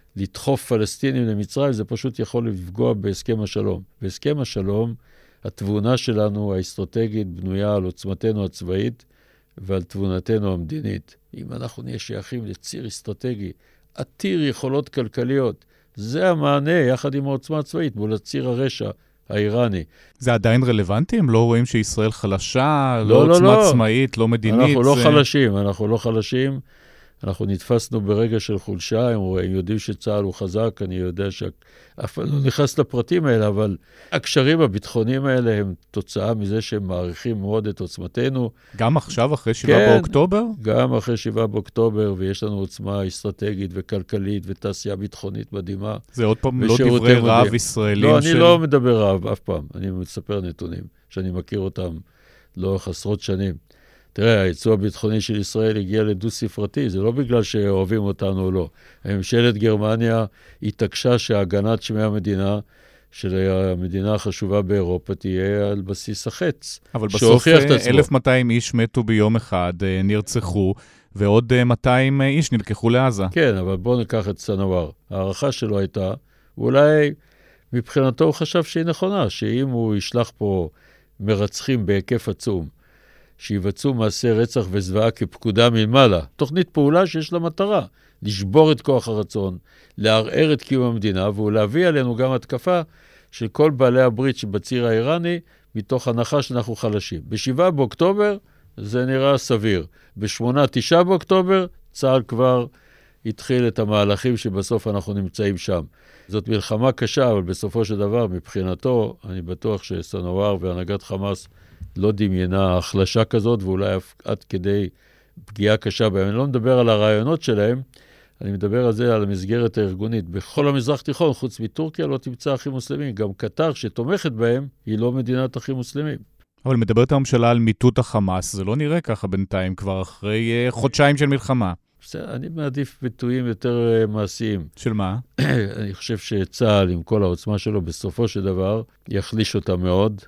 לדחוף פלסטינים למצרים, זה פשוט יכול לפגוע בהסכם השלום. בהסכם השלום, התבונה שלנו האסטרטגית בנויה על עוצמתנו הצבאית ועל תבונתנו המדינית. אם אנחנו נהיה שייכים לציר אסטרטגי, עתיר יכולות כלכליות, זה המענה יחד עם העוצמה הצבאית מול הציר הרשע האיראני. זה עדיין רלוונטי? הם לא רואים שישראל חלשה, לא, לא עוצמה לא. עצמאית, לא מדינית? אנחנו זה... לא חלשים, אנחנו לא חלשים. אנחנו נתפסנו ברגע של חולשה, הם יודעים שצה"ל הוא חזק, אני יודע שאף פעם לא נכנס לפרטים האלה, אבל הקשרים הביטחוניים האלה הם תוצאה מזה שהם מעריכים מאוד את עוצמתנו. גם עכשיו, אחרי שבעה כן, באוקטובר? גם אחרי שבעה באוקטובר, ויש לנו עוצמה אסטרטגית וכלכלית ותעשייה ביטחונית מדהימה. זה עוד פעם לא דברי רב ישראלים לא, של... אני לא מדבר רב אף פעם, אני מספר נתונים, שאני מכיר אותם לאורך עשרות שנים. תראה, הייצוא הביטחוני של ישראל הגיע לדו ספרתי, זה לא בגלל שאוהבים אותנו או לא. ממשלת גרמניה התעקשה שהגנת שמי המדינה, של המדינה החשובה באירופה, תהיה על בסיס החץ. אבל בסוף אלף ומאתיים איש מתו ביום אחד, נרצחו, ועוד מאתיים איש נלקחו לעזה. כן, אבל בואו ניקח את סנוואר. הערכה שלו הייתה, ואולי מבחינתו הוא חשב שהיא נכונה, שאם הוא ישלח פה מרצחים בהיקף עצום, שיבצעו מעשה רצח וזוועה כפקודה מלמעלה. תוכנית פעולה שיש לה מטרה, לשבור את כוח הרצון, לערער את קיום המדינה, ולהביא עלינו גם התקפה של כל בעלי הברית שבציר האיראני, מתוך הנחה שאנחנו חלשים. בשבעה באוקטובר זה נראה סביר. בשמונה, תשעה באוקטובר, צה"ל כבר התחיל את המהלכים שבסוף אנחנו נמצאים שם. זאת מלחמה קשה, אבל בסופו של דבר, מבחינתו, אני בטוח שסנוואר והנהגת חמאס לא דמיינה החלשה כזאת, ואולי עד כדי פגיעה קשה בהם. אני לא מדבר על הרעיונות שלהם, אני מדבר על זה, על המסגרת הארגונית. בכל המזרח תיכון, חוץ מטורקיה, לא תמצא אחים מוסלמים. גם קטר שתומכת בהם, היא לא מדינת אחים מוסלמים. אבל מדברת הממשלה על מיטוט החמאס, זה לא נראה ככה בינתיים, כבר אחרי uh, חודשיים של מלחמה. אני מעדיף ביטויים יותר uh, מעשיים. של מה? אני חושב שצה"ל, עם כל העוצמה שלו, בסופו של דבר, יחליש אותה מאוד,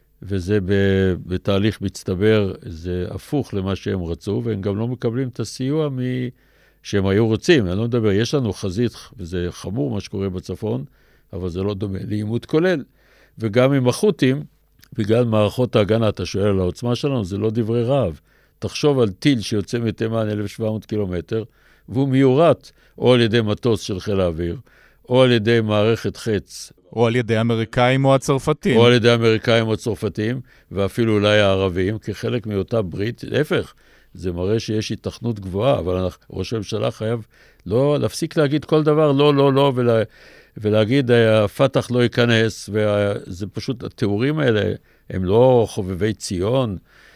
וזה בתהליך מצטבר, זה הפוך למה שהם רצו, והם גם לא מקבלים את הסיוע מ... שהם היו רוצים. אני לא מדבר, יש לנו חזית, וזה חמור מה שקורה בצפון, אבל זה לא דומה לעימות כולל. וגם עם החות'ים, בגלל מערכות ההגנה, אתה שואל על העוצמה שלנו, זה לא דברי רעב. תחשוב על טיל שיוצא מתימן אלף שבע מאות קילומטר, והוא מיורט או על ידי מטוס של חיל האוויר, או על ידי מערכת חץ. או על ידי אמריקאים או הצרפתים. או על ידי אמריקאים או הצרפתים, ואפילו אולי הערבים, כחלק מאותה ברית. להפך, זה מראה שיש התכנות גבוהה, אבל ראש הממשלה חייב לא להפסיק להגיד כל דבר, לא, לא, לא, ולה, ולהגיד, הפתח לא ייכנס, וזה פשוט, התיאורים האלה, הם לא חובבי ציון,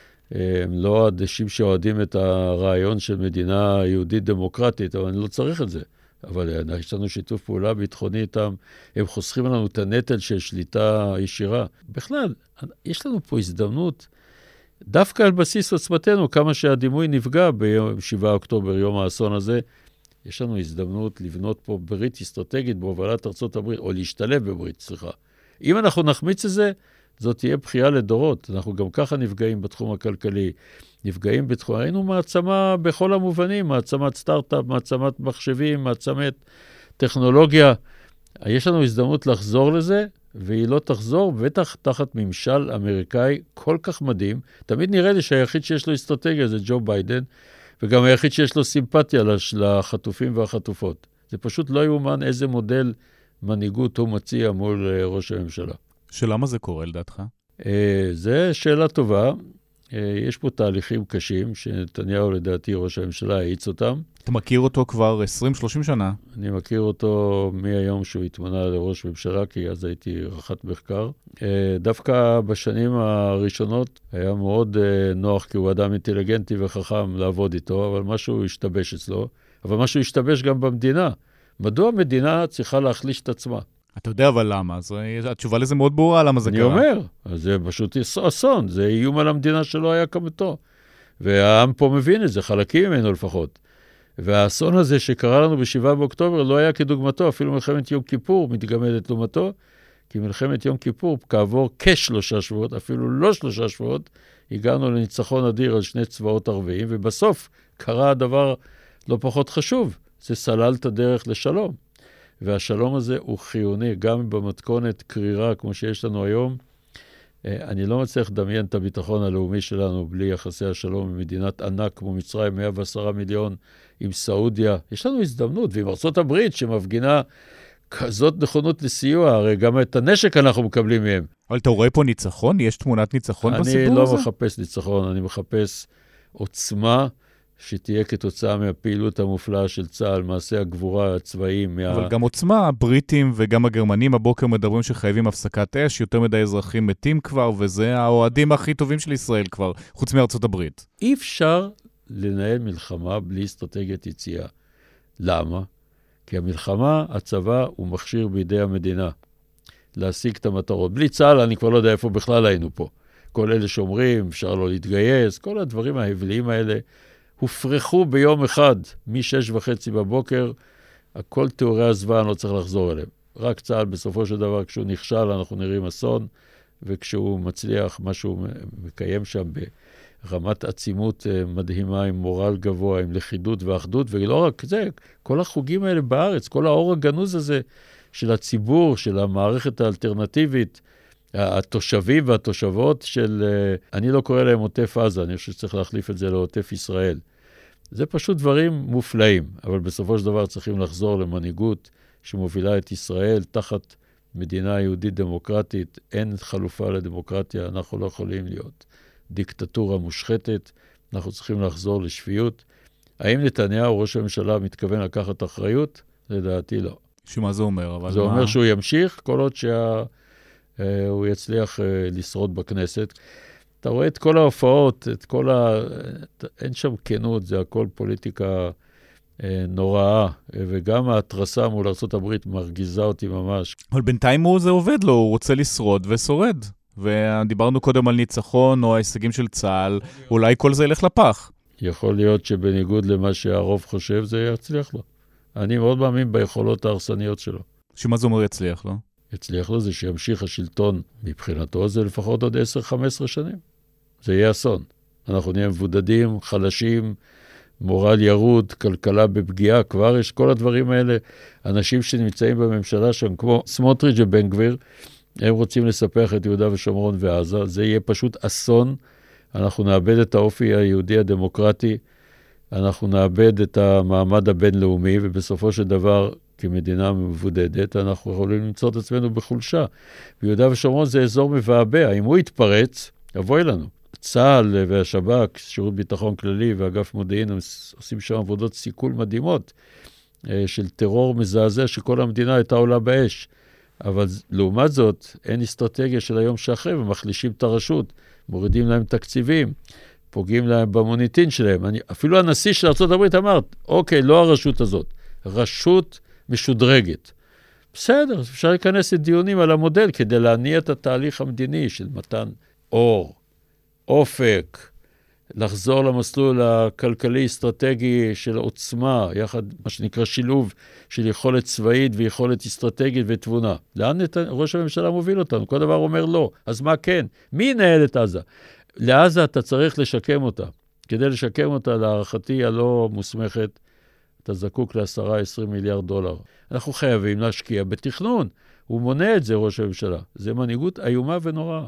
הם לא אנשים שאוהדים את הרעיון של מדינה יהודית דמוקרטית, אבל אני לא צריך את זה. אבל יש לנו שיתוף פעולה ביטחוני איתם, הם חוסכים לנו את הנטל של שליטה ישירה. בכלל, יש לנו פה הזדמנות, דווקא על בסיס עוצמתנו, כמה שהדימוי נפגע ביום שבעה אוקטובר, יום האסון הזה, יש לנו הזדמנות לבנות פה ברית אסטרטגית בהובלת ארצות הברית, או להשתלב בברית, סליחה. אם אנחנו נחמיץ את זה, זאת תהיה בחייה לדורות. אנחנו גם ככה נפגעים בתחום הכלכלי, נפגעים בתחום, היינו מעצמה בכל המובנים, מעצמת סטארט-אפ, מעצמת מחשבים, מעצמת טכנולוגיה. יש לנו הזדמנות לחזור לזה, והיא לא תחזור, בטח תחת ממשל אמריקאי כל כך מדהים. תמיד נראה לי שהיחיד שיש לו אסטרטגיה זה ג'ו ביידן, וגם היחיד שיש לו סימפתיה לחטופים והחטופות. זה פשוט לא יאומן איזה מודל מנהיגות הוא מציע מול ראש הממשלה. שלמה זה קורה לדעתך? זה שאלה טובה. יש פה תהליכים קשים, שנתניהו לדעתי ראש הממשלה העיץ אותם. אתה מכיר אותו כבר עשרים שלושים שנה? אני מכיר אותו מהיום שהוא התמנה לראש ממשלה, כי אז הייתי רח"ט מחקר. דווקא בשנים הראשונות היה מאוד נוח, כי הוא אדם אינטליגנטי וחכם לעבוד איתו, אבל משהו השתבש אצלו. אבל משהו השתבש גם במדינה. מדוע המדינה צריכה להחליש את עצמה? אתה יודע אבל למה, אז התשובה לזה מאוד ברורה, למה זה אני קרה. אני אומר, זה פשוט אסון, זה איום על המדינה שלא היה כמותו. והעם פה מבין את זה, חלקים ממנו לפחות. והאסון הזה שקרה לנו בשבעה באוקטובר לא היה כדוגמתו, אפילו מלחמת יום כיפור מתגמדת לעומתו, כי מלחמת יום כיפור, כעבור כשלושה שבועות, אפילו לא שלושה שבועות, הגענו לניצחון אדיר על שני צבאות ערביים, ובסוף קרה הדבר לא פחות חשוב, זה סלל את הדרך לשלום. והשלום הזה הוא חיוני, גם במתכונת קרירה כמו שיש לנו היום. אני לא מצליח לדמיין את הביטחון הלאומי שלנו בלי יחסי השלום עם מדינת ענק כמו מצרים, מאה ועשרה מיליון, עם סעודיה. יש לנו הזדמנות, ועם ארצות הברית שמפגינה כזאת נכונות לסיוע, הרי גם את הנשק אנחנו מקבלים מהם. אבל אתה רואה פה ניצחון? יש תמונת ניצחון בסיפור הזה? אני לא מחפש ניצחון, אני מחפש עוצמה שתהיה כתוצאה מהפעילות המופלאה של צה"ל, מעשה הגבורה הצבאיים. מה... אבל גם עוצמה, הבריטים וגם הגרמנים הבוקר מדברים שחייבים הפסקת אש, יותר מדי אזרחים מתים כבר, וזה האוהדים הכי טובים של ישראל כבר, חוץ מארצות הברית. אי אפשר לנהל מלחמה בלי אסטרטגיית יציאה. למה? כי המלחמה, הצבא, הוא מכשיר בידי המדינה להשיג את המטרות. בלי צה"ל, אני כבר לא יודע איפה בכלל היינו פה. כל אלה שאומרים, אפשר לא להתגייס, כל הדברים ההבליים האלה, הופרחו ביום אחד, משש וחצי בבוקר, הכל תיאורי הזוועה, אני לא צריך לחזור אליהם. רק צה"ל בסופו של דבר, כשהוא נכשל, אנחנו נראים אסון, וכשהוא מצליח, מה שהוא מקיים שם ברמת עצימות מדהימה, עם מורל גבוה, עם לכידות ואחדות, ולא רק זה, כל החוגים האלה בארץ, כל האור הגנוז הזה של הציבור, של המערכת האלטרנטיבית, התושבים והתושבות של, אני לא קורא להם עוטף עזה, אני חושב שצריך להחליף את זה לעוטף ישראל. זה פשוט דברים מופלאים, אבל בסופו של דבר צריכים לחזור למנהיגות שמובילה את ישראל תחת מדינה יהודית דמוקרטית. אין חלופה לדמוקרטיה, אנחנו לא יכולים להיות דיקטטורה מושחתת, אנחנו צריכים לחזור לשפיות. האם נתניהו, ראש הממשלה, מתכוון לקחת אחריות? לדעתי לא. שמה זה אומר? אבל זה מה... אומר שהוא ימשיך כל עוד שה... הוא יצליח לשרוד בכנסת. אתה רואה את כל ההופעות, את כל ה... אין שם כנות, זה הכל פוליטיקה נוראה, וגם ההתרסה מול ארצות הברית מרגיזה אותי ממש. אבל בינתיים הוא זה עובד לו, הוא רוצה לשרוד ושורד. ודיברנו קודם על ניצחון או ההישגים של צה"ל, אולי כל זה ילך לפח. יכול להיות שבניגוד למה שהרוב חושב, זה יצליח לו. אני מאוד מאמין ביכולות ההרסניות שלו. שמה זה אומר יצליח לו? יצליח לו זה שימשיך השלטון מבחינתו, זה לפחות עוד עשר חמש עשרה שנים. זה יהיה אסון. אנחנו נהיה מבודדים, חלשים, מורל ירוד, כלכלה בפגיעה, כבר יש כל הדברים האלה. אנשים שנמצאים בממשלה שם, כמו סמוטריץ' ובן גביר, הם רוצים לספח את יהודה ושומרון ועזה. זה יהיה פשוט אסון. אנחנו נאבד את האופי היהודי הדמוקרטי, אנחנו נאבד את המעמד הבינלאומי, ובסופו של דבר, כמדינה מבודדת, אנחנו יכולים למצוא את עצמנו בחולשה. ויהודה ושומרון זה אזור מבעבע. אם הוא יתפרץ, יבואי לנו. צה"ל והשב"כ, שירות ביטחון כללי ואגף מודיעין, עושים שם עבודות סיכול מדהימות, של טרור מזעזע שכל המדינה הייתה עולה באש. אבל לעומת זאת, אין אסטרטגיה של היום שאחרי, ומחלישים את הרשות, מורידים להם תקציבים, פוגעים להם במוניטין שלהם. אני, אפילו הנשיא של ארצות הברית אמר, אוקיי, לא הרשות הזאת, רשות משודרגת. בסדר, אפשר להיכנס לדיונים על המודל, כדי להניע את התהליך המדיני של מתן אור, אופק, לחזור למסלול הכלכלי-אסטרטגי של עוצמה, יחד מה שנקרא שילוב של יכולת צבאית ויכולת אסטרטגית ותבונה. לאן ראש הממשלה מוביל אותנו? כל דבר אומר לא. אז מה כן? מי ינהל את עזה? לעזה אתה צריך לשקם אותה. כדי לשקם אותה, להערכתי הלא מוסמכת, אתה זקוק ל-עשרה עד עשרים מיליארד דולר. אנחנו חייבים להשקיע בתכנון. הוא מונע את זה, ראש הממשלה. זה מנהיגות איומה ונוראה.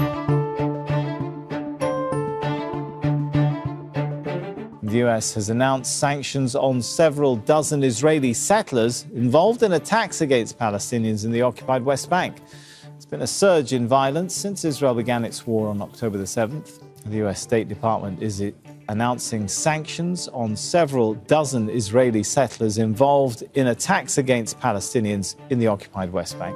The U S has announced sanctions on several dozen Israeli settlers involved in attacks against Palestinians in the occupied West Bank. There's been a surge in violence since Israel began its war on October the seventh. The U S State Department is announcing sanctions on several dozen Israeli settlers involved in attacks against Palestinians in the occupied West Bank.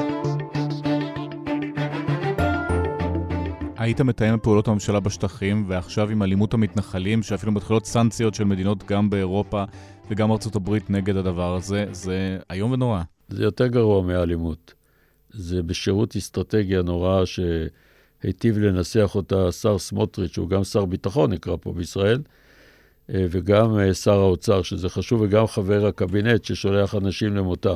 היית מתאם פעולות הממשלה בשטחים, ועכשיו עם אלימות המתנחלים, שאפילו מתחילות סנקציות של מדינות גם באירופה וגם ארצות הברית נגד הדבר הזה, זה היום ונורא. זה יותר גרוע מהאלימות. זה בשירות אסטרטגיה נורא שהיטיב לנסח אותה שר סמוטריץ', שהוא גם שר ביטחון נקרא פה בישראל, וגם שר האוצר, שזה חשוב, וגם חבר הקבינט ששולח אנשים למותם.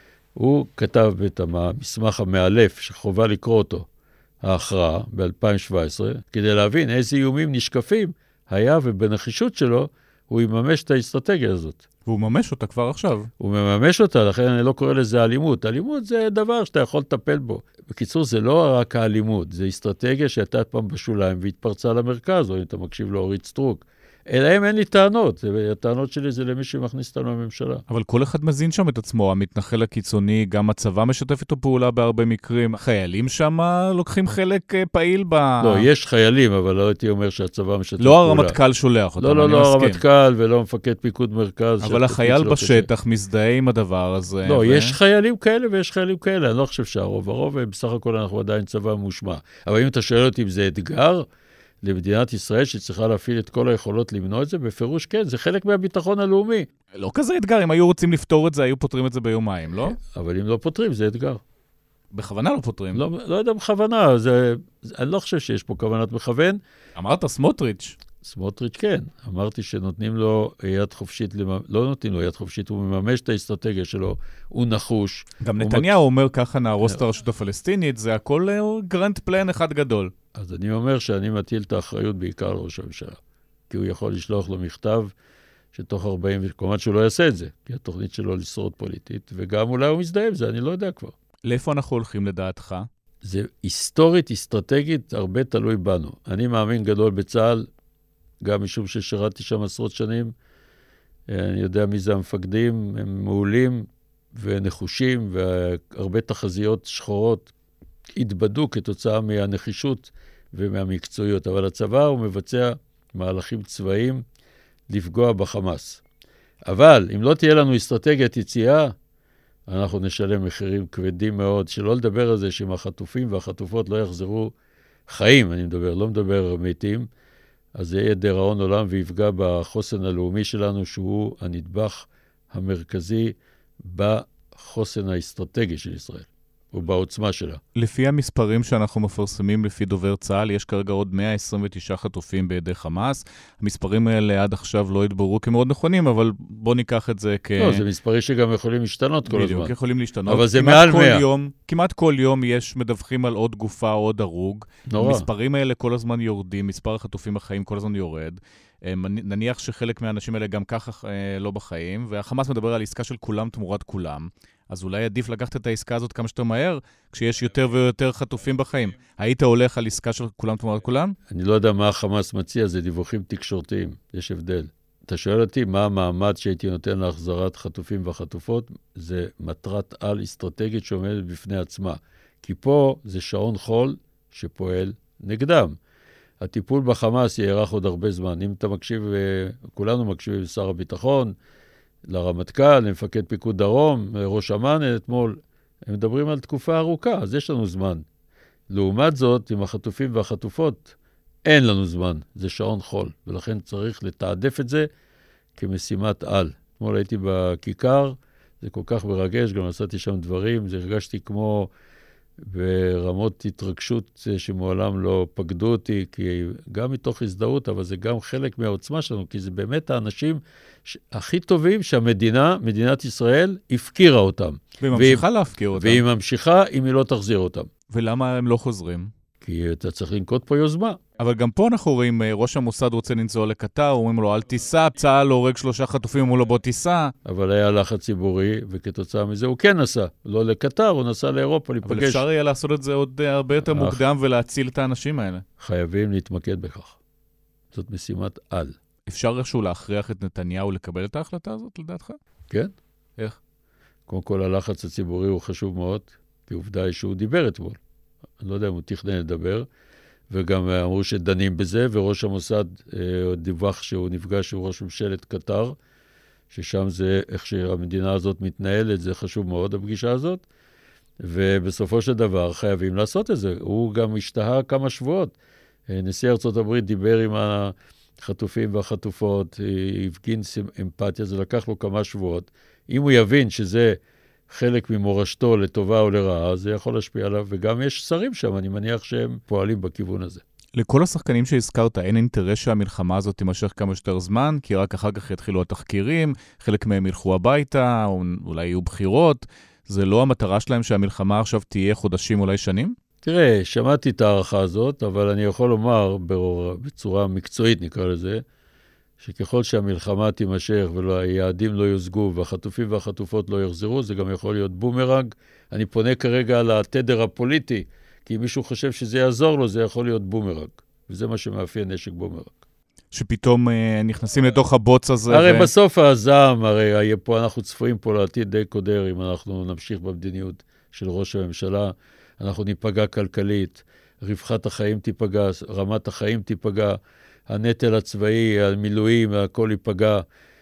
הוא כתב את המסמך המאלף, שחובה לקרוא אותו, ההכרעה ב-אלפיים שבע עשרה, כדי להבין איזה איומים נשקפים היה, ובנחישות שלו הוא יממש את האסטרטגיה הזאת. והוא ממש אותה כבר עכשיו. הוא ממש אותה, לכן אני לא קורא לזה אלימות. אלימות זה דבר שאתה יכול לטפל בו. בקיצור, זה לא רק האלימות, זה אסטרטגיה שהייתה פעם בשוליים והתפרצה למרכז, או אם אתה מקשיב לאורית סטרוק. אלא אם אין לי טענות, הטענות שלי זה למי שמכניס אותנו לממשלה. אבל כל אחד מזין שם את עצמו, המתנחל הקיצוני, גם הצבא משתף איתו פעולה בהרבה מקרים. חיילים שם לוקחים חלק פעיל ב... לא, יש חיילים, אבל לא הייתי אומר שהצבא משתף לא פעולה. לא הרמטכ"ל שולח אותם, לא, לא, לא הרמטכ"ל ולא מפקד פיקוד מרכז. אבל החייל בשטח מזדהה עם הדבר הזה. לא, ו... יש חיילים כאלה ויש חיילים כאלה. אני לא חושב שהרוב הרוב, בסך הכל אנחנו עדיין צבא מושמע. אבל אם אתה שואל אותי אם זה אתגר, למדינת ישראל שצריכה להפעיל את כל היכולות למנוע את זה, בפירוש כן, זה חלק מהביטחון הלאומי. לא כזה אתגר, אם היו רוצים לפתור את זה, היו פותרים את זה ביומיים, לא? אבל אם לא פותרים, זה אתגר. בכוונה לא פותרים. לא, לא יודע בכוונה, זה, אני לא חושב שיש פה כוונת מכוון. אמרת סמוטריץ'. סמוטריץ' כן, אמרתי שנותנים לו יד חופשית, לא נותנים לו יד חופשית, הוא מממש את האסטרטגיה שלו, הוא נחוש. גם נתניהו אומר ככה נהרוס את הרשות הפלסטינית, זה הכל גרנד פלן אחד גדול. אז אני אומר שאני מטיל את האחריות בעיקר על ראש הממשלה, כי הוא יכול לשלוח לו מכתב שתוך ארבעים, כלומר שהוא לא יעשה את זה, כי התוכנית שלו לשרוד פוליטית, וגם אולי הוא מזדהה עם זה, אני לא יודע כבר. לאיפה אנחנו הולכים לדעתך? זה היסטורית, אסטרטגית, הרבה תלוי בנו. אני מאמין גדול בצה"ל, גם משום ששירתתי שם עשרות שנים, אני יודע מי זה המפקדים, הם מעולים ונחושים, והרבה תחזיות שחורות התבדו כתוצאה מהנחישות ומהמקצועיות, אבל הצבא הוא מבצע מהלכים צבאיים לפגוע בחמאס. אבל אם לא תהיה לנו אסטרטגיית יציאה, אנחנו נשלם מחירים כבדים מאוד, שלא לדבר על זה שאם החטופים והחטופות לא יחזרו חיים, אני מדבר, לא מדבר מתים, אז זה יהיה דיראון עולם ויפגע בחוסן הלאומי שלנו, שהוא הנדבך המרכזי בחוסן האסטרטגי של ישראל, ובעוצמה שלה. לפי המספרים שאנחנו מפרסמים לפי דובר צה"ל, יש כרגע עוד מאה עשרים ותשעה חטופים בידי חמאס. המספרים האלה עד עכשיו לא התבררו כמאוד נכונים, אבל בוא ניקח את זה כ... לא, זה מספרים שגם יכולים להשתנות כל הזמן. בדיוק, יכולים להשתנות. אבל זה מעל מאה. יום, כמעט כל יום יש מדווחים על עוד גופה, עוד הרוג. נורא. המספרים האלה כל הזמן יורדים, מספר החטופים החיים כל הזמן יורד. נניח שחלק מהאנשים האלה גם ככה לא בחיים, והחמאס מדבר על עסקה של כולם תמורת כולם. אז אולי עדיף לקחת את העסקה הזאת כמה שיותר מהר, כשיש יותר ויותר חטופים בחיים. היית הולך על עסקה של כולם תמורת כולם? אני לא יודע מה החמאס מציע, זה דיווחים תקשורתיים, יש הבדל. אתה שואל אותי מה המעמד שהייתי נותן להחזרת חטופים וחטופות, זה מטרת על אסטרטגית שעומדת בפני עצמה. כי פה זה שעון חול שפועל נגדם. הטיפול בחמאס יארך עוד הרבה זמן. אם אתה מקשיב, כולנו מקשיבים לשר הביטחון, לרמטכ"ל, למפקד פיקוד דרום, ראש אמ"ן אתמול, הם מדברים על תקופה ארוכה, אז יש לנו זמן. לעומת זאת, עם החטופים והחטופות, אין לנו זמן, זה שעון חול, ולכן צריך לתעדף את זה כמשימת על. אתמול הייתי בכיכר, זה כל כך מרגש, גם עשיתי שם דברים, זה הרגשתי כמו ברמות התרגשות שמעולם לא פקדו אותי, כי גם מתוך הזדהות, אבל זה גם חלק מהעוצמה שלנו, כי זה באמת האנשים הכי טובים שהמדינה, מדינת ישראל, הפקירה אותם. והיא ממשיכה להפקיר אותם. והיא ממשיכה אם היא לא תחזיר אותם. ולמה הם לא חוזרים? כי אתה צריך לנקוט פה יוזמה. אבל גם פה אנחנו רואים, ראש המוסד רוצה לנסוע לקטר, אומרים לו, אל תיסע, צה"ל הורג שלושה חטופים, אמרו לו, בוא תיסע. אבל היה לחץ ציבורי, וכתוצאה מזה הוא כן נסע. לא לקטר, הוא נסע לאירופה, להיפגש. אבל אפשר יהיה לעשות את זה עוד הרבה יותר מוקדם, ולהציל את האנשים האלה. חייבים להתמקד בכך. זאת משימת על. אפשר איכשהו להכריח את נתניהו לקבל את ההחלטה הזאת, לדעתך? כן. איך? קודם כל, הלחץ הציבורי הוא חשוב מאוד, כי עובדה היא שהוא דיבר אתמול. אני לא יודע אם הוא תכנן לדבר, וגם אמרו שדנים בזה, וראש המוסד אה, דיווח שהוא נפגש עם ראש ממשלת קטר, ששם זה איך שהמדינה הזאת מתנהלת, זה חשוב מאוד, הפגישה הזאת, ובסופו של דבר חייבים לעשות את זה. הוא גם השתהה כמה שבועות. אה, נשיא ארצות הברית דיבר עם החטופים והחטופות, אה, הפגין אמפתיה, זה לקח לו כמה שבועות. אם הוא יבין שזה חלק ממורשתו לטובה או לרעה, זה יכול להשפיע עליו, וגם יש שרים שם, אני מניח שהם פועלים בכיוון הזה. לכל השחקנים שהזכרת, אין אינטרס שהמלחמה הזאת תימשך כמה שיותר זמן, כי רק אחר כך יתחילו התחקירים, חלק מהם ילכו הביתה, או אולי יהיו בחירות. זה לא המטרה שלהם שהמלחמה עכשיו תהיה חודשים, אולי שנים? תראה, שמעתי את הערכה הזאת, אבל אני יכול לומר בצורה מקצועית, נקרא לזה, שככל שהמלחמה תימשך והיעדים לא יושגו והחטופים והחטופות לא יחזרו, זה גם יכול להיות בומרנג. אני פונה כרגע על התדר הפוליטי, כי אם מישהו חושב שזה יעזור לו, זה יכול להיות בומרנג. וזה מה שמאפיין נשק בומרנג. שפתאום אה, נכנסים לתוך הבוץ הזה. הרי ו... בסוף הזעם, הרי פה אנחנו צפויים פה לעתיד די קודר, אם אנחנו נמשיך במדיניות של ראש הממשלה, אנחנו ניפגע כלכלית, רווחת החיים תיפגע, רמת החיים תיפגע, הנטל הצבאי, המילואים, הכל ייפגע.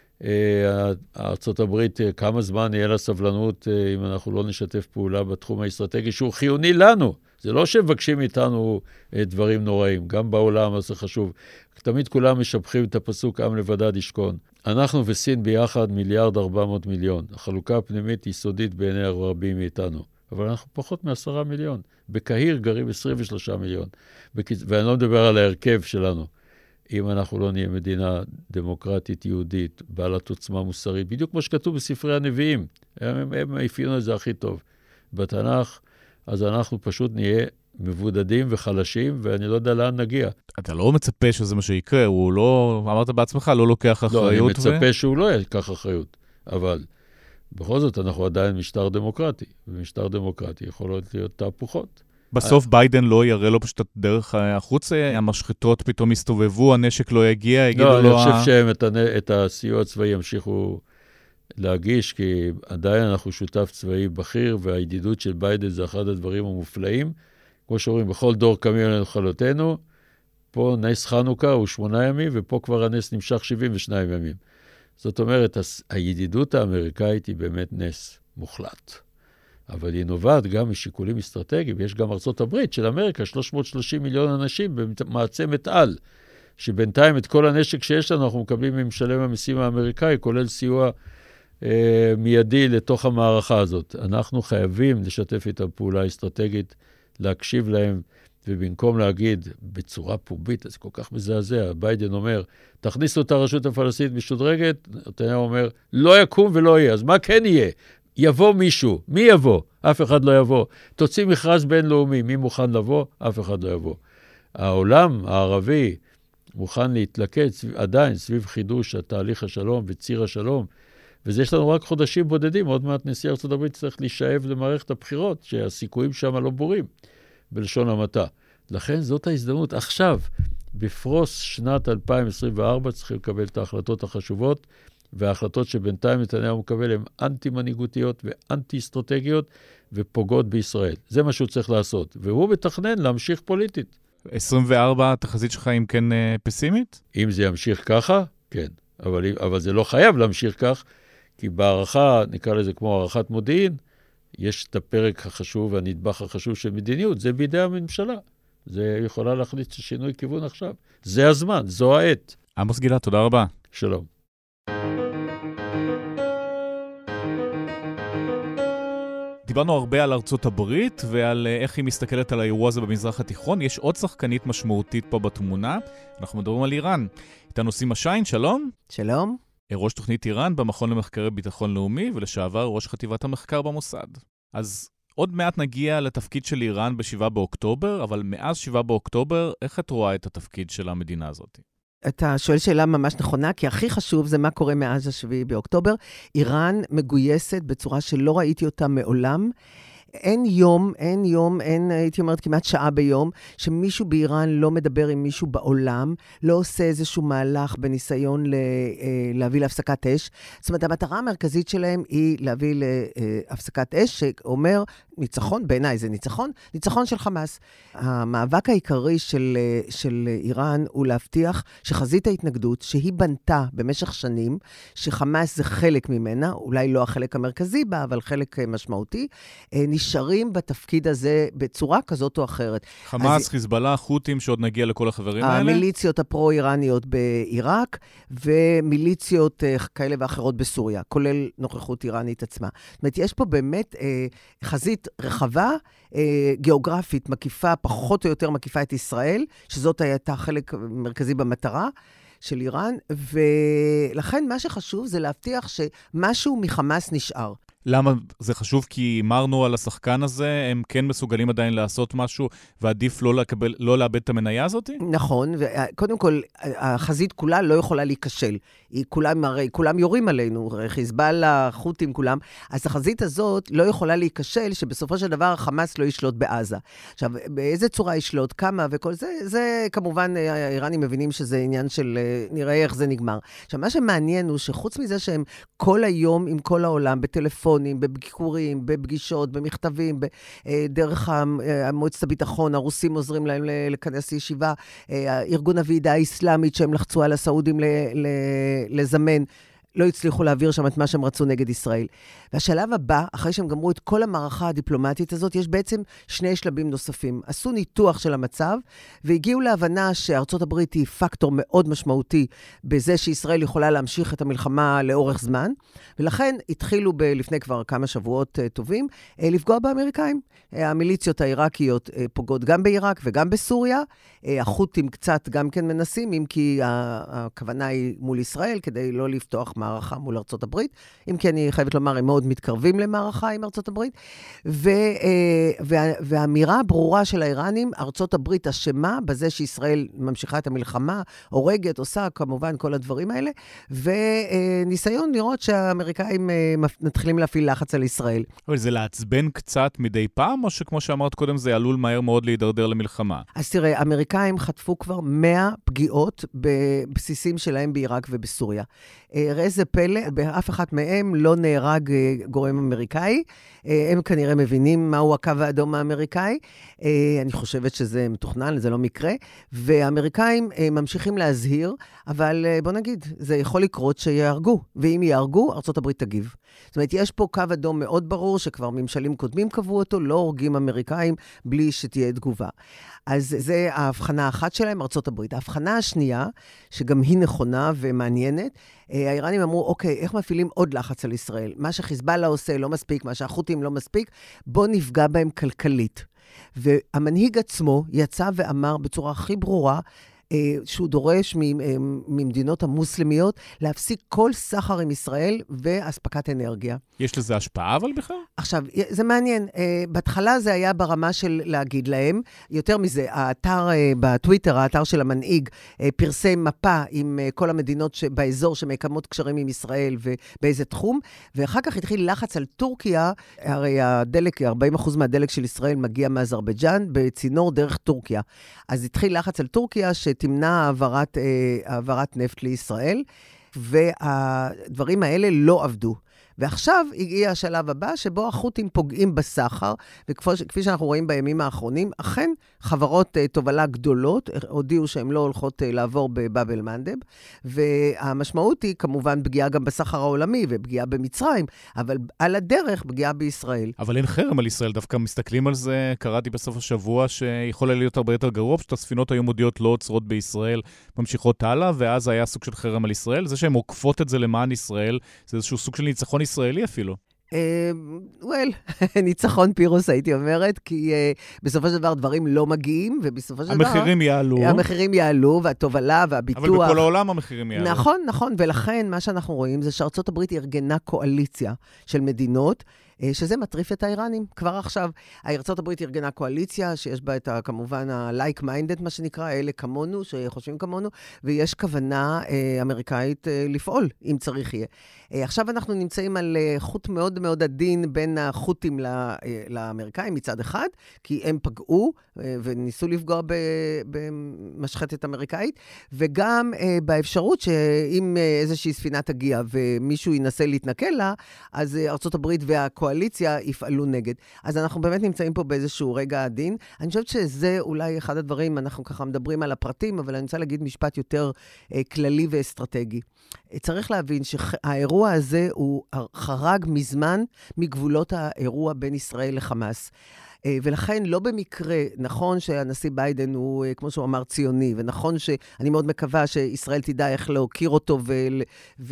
ארצות הברית, כמה זמן יהיה לה סבלנות אם אנחנו לא נשתף פעולה בתחום האסטרטגי, שהוא חיוני לנו. זה לא שמבקשים איתנו דברים נוראים, גם בעולם זה חשוב. תמיד כולם משבחים את הפסוק עם לבדד ישכון. אנחנו וסין ביחד מיליארד ארבע מאות מיליון. החלוקה הפנימית היא סודית בעיני הרבים מאיתנו. אבל אנחנו פחות מעשרה מיליון. בקהיר גרים עשרים ושלושה מיליון. ואני לא מדבר על ההרכב שלנו. אם אנחנו לא נהיה מדינה דמוקרטית יהודית, בעלת עוצמה מוסרית, בדיוק כמו שכתוב בספרי הנביאים, הם, הם האפיינו את זה הכי טוב. בתנ"ך, אז אנחנו פשוט נהיה מבודדים וחלשים, ואני לא יודע לאן נגיע. אתה לא מצפה שזה מה שיקרה, הוא לא, אמרת בעצמך, לא לוקח אחריות. לא, אני מצפה ו... שהוא לא יקח אחריות, אבל בכל זאת אנחנו עדיין משטר דמוקרטי, ומשטר דמוקרטי יכול להיות תהפוכות. בסוף ביידן לא יראה לו פשוט דרך החוץ, המשחטות פתאום יסתובבו, הנשק לא יגיע, יגידו לו... לא, אני חושב שהם את, את הסיוע הצבאי ימשיכו להגיש, כי עדיין אנחנו שותף צבאי בכיר, והידידות של ביידן זה אחד הדברים המופלאים. כמו שאומרים, בכל דור קמים עלינו חלותינו, פה נס חנוכה הוא שמונה ימים, ופה כבר הנס נמשך שבעים ושניים ימים. זאת אומרת, הידידות האמריקאית היא באמת נס מוחלט. אבל היא נובעת גם משיקולים אסטרטגיים. יש גם ארצות הברית של אמריקה, שלוש מאות ושלושים מיליון אנשים במעצמת על, שבינתיים את כל הנשק שיש לנו אנחנו מקבלים ממשלם המיסים האמריקאי, כולל סיוע אה, מיידי לתוך המערכה הזאת. אנחנו חייבים לשתף איתם פעולה אסטרטגית, להקשיב להם, ובמקום להגיד בצורה פומבית, זה כל כך מזעזע, ביידן אומר, תכניסו את הרשות הפלסטינית משודרגת, נתניהו אומר, לא יקום ולא יהיה, אז מה כן יהיה? יבוא מישהו, מי יבוא? אף אחד לא יבוא. תוציא מכרז בינלאומי, מי מוכן לבוא? אף אחד לא יבוא. העולם הערבי מוכן להתלכד עדיין סביב חידוש התהליך השלום וציר השלום, וזה יש לנו רק חודשים בודדים, עוד מעט נשיא ארצות הברית צריך להישאב למערכת הבחירות, שהסיכויים שם לא ברורים, בלשון המעטה. לכן זאת ההזדמנות. עכשיו, בפרוס שנת אלפיים עשרים וארבע צריכים לקבל את ההחלטות החשובות, וההחלטות שבינתיים נתניהו מקבל הן אנטי-מנהיגותיות ואנטי-אסטרטגיות ופוגעות בישראל. זה מה שהוא צריך לעשות. והוא מתכנן להמשיך פוליטית. עשרים וארבע, התחזית שלך אם כן פסימית? אם זה ימשיך ככה, כן. אבל, אבל זה לא חייב להמשיך כך, כי בהערכה, נקרא לזה כמו הערכת מודיעין, יש את הפרק החשוב והנדבך החשוב של מדיניות. זה בידי הממשלה. זה יכולה להחליט שינוי כיוון עכשיו. זה הזמן, זו העת. עמוס גלעד, תודה רבה. שלום. דיברנו הרבה על ארצות הברית ועל איך היא מסתכלת על האירוע הזה במזרח התיכון. יש עוד שחקנית משמעותית פה בתמונה. אנחנו מדברים על איראן. איתנו סימה שיין, שלום. שלום. ראש תוכנית איראן במכון למחקרי ביטחון לאומי ולשעבר ראש חטיבת המחקר במוסד. אז עוד מעט נגיע לתפקיד של איראן בשבעה באוקטובר, אבל מאז שבעה באוקטובר, איך את רואה את התפקיד של המדינה הזאת? אתה שואל שאלה ממש נכונה, כי הכי חשוב זה מה קורה מאז השביעי באוקטובר. איראן מגויסת בצורה שלא ראיתי אותה מעולם. אין יום, אין יום, אין, הייתי אומרת, כמעט שעה ביום, שמישהו באיראן לא מדבר עם מישהו בעולם, לא עושה איזשהו מהלך בניסיון ל, להביא להפסקת אש. זאת אומרת, המטרה המרכזית שלהם היא להביא להפסקת אש, שאומר, ניצחון, בעיניי זה ניצחון, ניצחון של חמאס. המאבק העיקרי של, של איראן הוא להבטיח שחזית ההתנגדות, שהיא בנתה במשך שנים, שחמאס זה חלק ממנה, אולי לא החלק המרכזי בה, אבל חלק משמעותי, נשארים בתפקיד הזה בצורה כזאת או אחרת. חמאס, אז... חיזבאללה, חות'ים, שעוד נגיע לכל החברים האלה? המיליציות הפרו-איראניות בעיראק, ומיליציות כאלה ואחרות בסוריה, כולל נוכחות איראנית עצמה. זאת אומרת, יש פה באמת אה, חזית רחבה, אה, גיאוגרפית מקיפה, פחות או יותר מקיפה את ישראל, שזאת הייתה חלק מרכזי במטרה של איראן, ולכן מה שחשוב זה להבטיח שמשהו מחמאס נשאר. למה זה חשוב? כי אמרנו על השחקן הזה, הם כן מסוגלים עדיין לעשות משהו, ועדיף לא לקבל, לא לאבד את המניה הזאת? נכון, וקודם כל, החזית כולה לא יכולה להיכשל. היא כולם, הרי כולם יורים עלינו, חיזבאללה, חות'ים, כולם. אז החזית הזאת לא יכולה להיכשל, שבסופו של דבר החמאס לא ישלוט בעזה. עכשיו, באיזה צורה ישלוט, כמה וכל זה, זה כמובן, האיראנים מבינים שזה עניין של, נראה איך זה נגמר. עכשיו, מה שמעניין הוא שחוץ מזה שהם כל היום עם כל העולם, בטלפונים, בביקורים, בפגישות, במכתבים, דרך מועצת הביטחון, הרוסים עוזרים להם לכנס לישיבה, ארגון הוועידה האסלאמית שהם לחצו על הסעודים ל... לזמן, לא הצליחו להעביר שם את מה שהם רצו נגד ישראל. והשלב הבא, אחרי שהם גמרו את כל המערכה הדיפלומטית הזאת, יש בעצם שני שלבים נוספים. עשו ניתוח של המצב, והגיעו להבנה שארצות הברית היא פקטור מאוד משמעותי בזה שישראל יכולה להמשיך את המלחמה לאורך זמן, ולכן התחילו ב- לפני כבר כמה שבועות uh, טובים, uh, לפגוע באמריקאים. Uh, המיליציות העיראקיות uh, פוגעות גם בעיראק וגם בסוריה, uh, החות'ים קצת גם כן מנסים, אם כי uh, הכוונה היא מול ישראל, כדי לא לפתוח מערכה מול ארצות הברית, אם כי אני חייבת לומר, הם מאוד מתקרבים למערכה עם ארצות הברית, ו, וה, והאמירה הברורה של האיראנים, ארצות הברית אשמה בזה שישראל ממשיכה את המלחמה, הורגת, עושה כמובן כל הדברים האלה, וניסיון לראות שהאמריקאים מתחילים להפעיל לחץ על ישראל. אבל זה לעצבן קצת מדי פעם, או שכמו שאמרת קודם, זה עלול מהר מאוד להידרדר למלחמה? אז תראה, האמריקאים חטפו כבר מאה פגיעות בבסיסים שלהם בעיראק ובסוריה. ראה זה פלא, באף אחת מהם לא נהרג גורם אמריקאי. הם כנראה מבינים מהו הקו האדום האמריקאי. אני חושבת שזה מתוכנן, זה לא מקרה. והאמריקאים ממשיכים להזהיר, אבל בוא נגיד, זה יכול לקרות שיהרגו. ואם יהרגו, ארצות הברית תגיב. זאת אומרת, יש פה קו אדום מאוד ברור, שכבר ממשלים קודמים קבעו אותו, לא הורגים אמריקאים בלי שתהיה תגובה. אז זה ההבחנה האחת שלהם, ארצות הברית. ההבחנה השנייה, שגם היא נכונה ומעניינת, האיראנים אמרו, אוקיי, איך מפעילים עוד לחץ על ישראל? מה שחיזבאללה עושה לא מספיק, מה שהחות'ים לא מספיק, בוא נפגע בהם כלכלית. והמנהיג עצמו יצא ואמר בצורה הכי ברורה, שהוא דורש ממדינות המוסלמיות להפסיק כל סחר עם ישראל ואספקת אנרגיה. יש לזה השפעה אבל בכלל? עכשיו, זה מעניין. בהתחלה זה היה ברמה של להגיד להם, יותר מזה, האתר בטוויטר, האתר של המנהיג, פרסם מפה עם כל המדינות באזור שמקמות קשרים עם ישראל ובאיזה תחום, ואחר כך התחיל לחץ על טורקיה, הרי הדלק, ארבעים אחוז מהדלק של ישראל מגיע מאזרבייג'אן, בצינור דרך טורקיה. אז התחיל לחץ על טורקיה שתמנע העברת, העברת נפט לישראל, והדברים האלה לא עבדו. ועכשיו הגיע השלב הבא שבו החות'ים פוגעים בסחר, וכפי שאנחנו רואים בימים האחרונים, אכן חברות תובלה גדולות הודיעו שהן לא הולכות לעבור בבאב אל-מנדב, והמשמעות היא כמובן פגיעה גם בסחר העולמי ופגיעה במצרים, אבל על הדרך פגיעה בישראל. אבל אין חרם על ישראל, דווקא מסתכלים על זה, קראתי בסוף השבוע שיכול להיות הרבה יותר גרוע, פשוט הספינות היהודיות לא עוצרות בישראל, ממשיכות הלאה, ואז היה סוג של חרם על ישראל. זה שהן עוקפות את זה למען ישראל, זה איזשהו סוג של ניצחון ישראלי אפילו. וואל, ניצחון פירוס הייתי אומרת, כי בסופו של דבר דברים לא מגיעים, ובסופו של דבר... המחירים יעלו. המחירים יעלו, והתובלה והביטוח... אבל בכל העולם המחירים יעלו. נכון, נכון, ולכן מה שאנחנו רואים זה שארצות הברית ארגנה קואליציה של מדינות, שזה מטריף את האיראנים. כבר עכשיו, ארצות הברית ארגנה קואליציה, שיש בה את ה, כמובן ה-like minded, מה שנקרא, אלה כמונו, שחושבים כמונו, ויש כוונה אה, אמריקאית אה, לפעול, אם צריך יהיה. אה, עכשיו אנחנו נמצאים על אה, חוט מאוד מאוד עדין בין החות'ים אה, לאמריקאים מצד אחד, כי הם פגעו אה, וניסו לפגוע במשחטת אמריקאית, וגם אה, באפשרות שאם אה, איזושהי ספינה תגיע ומישהו ינסה להתנקל לה, אז אה, ארצות הברית והקואליציה, קואליציה יפעלו נגד. אז אנחנו באמת נמצאים פה באיזשהו רגע עדין. אני חושבת שזה אולי אחד הדברים, אנחנו ככה מדברים על הפרטים, אבל אני רוצה להגיד משפט יותר אה, כללי ואסטרטגי. צריך להבין שהאירוע הזה הוא חרג מזמן מגבולות האירוע בין ישראל לחמאס. ולכן לא במקרה, נכון שהנשיא ביידן הוא, כמו שהוא אמר, ציוני, ונכון שאני מאוד מקווה שישראל תדע איך להוקיר אותו ול,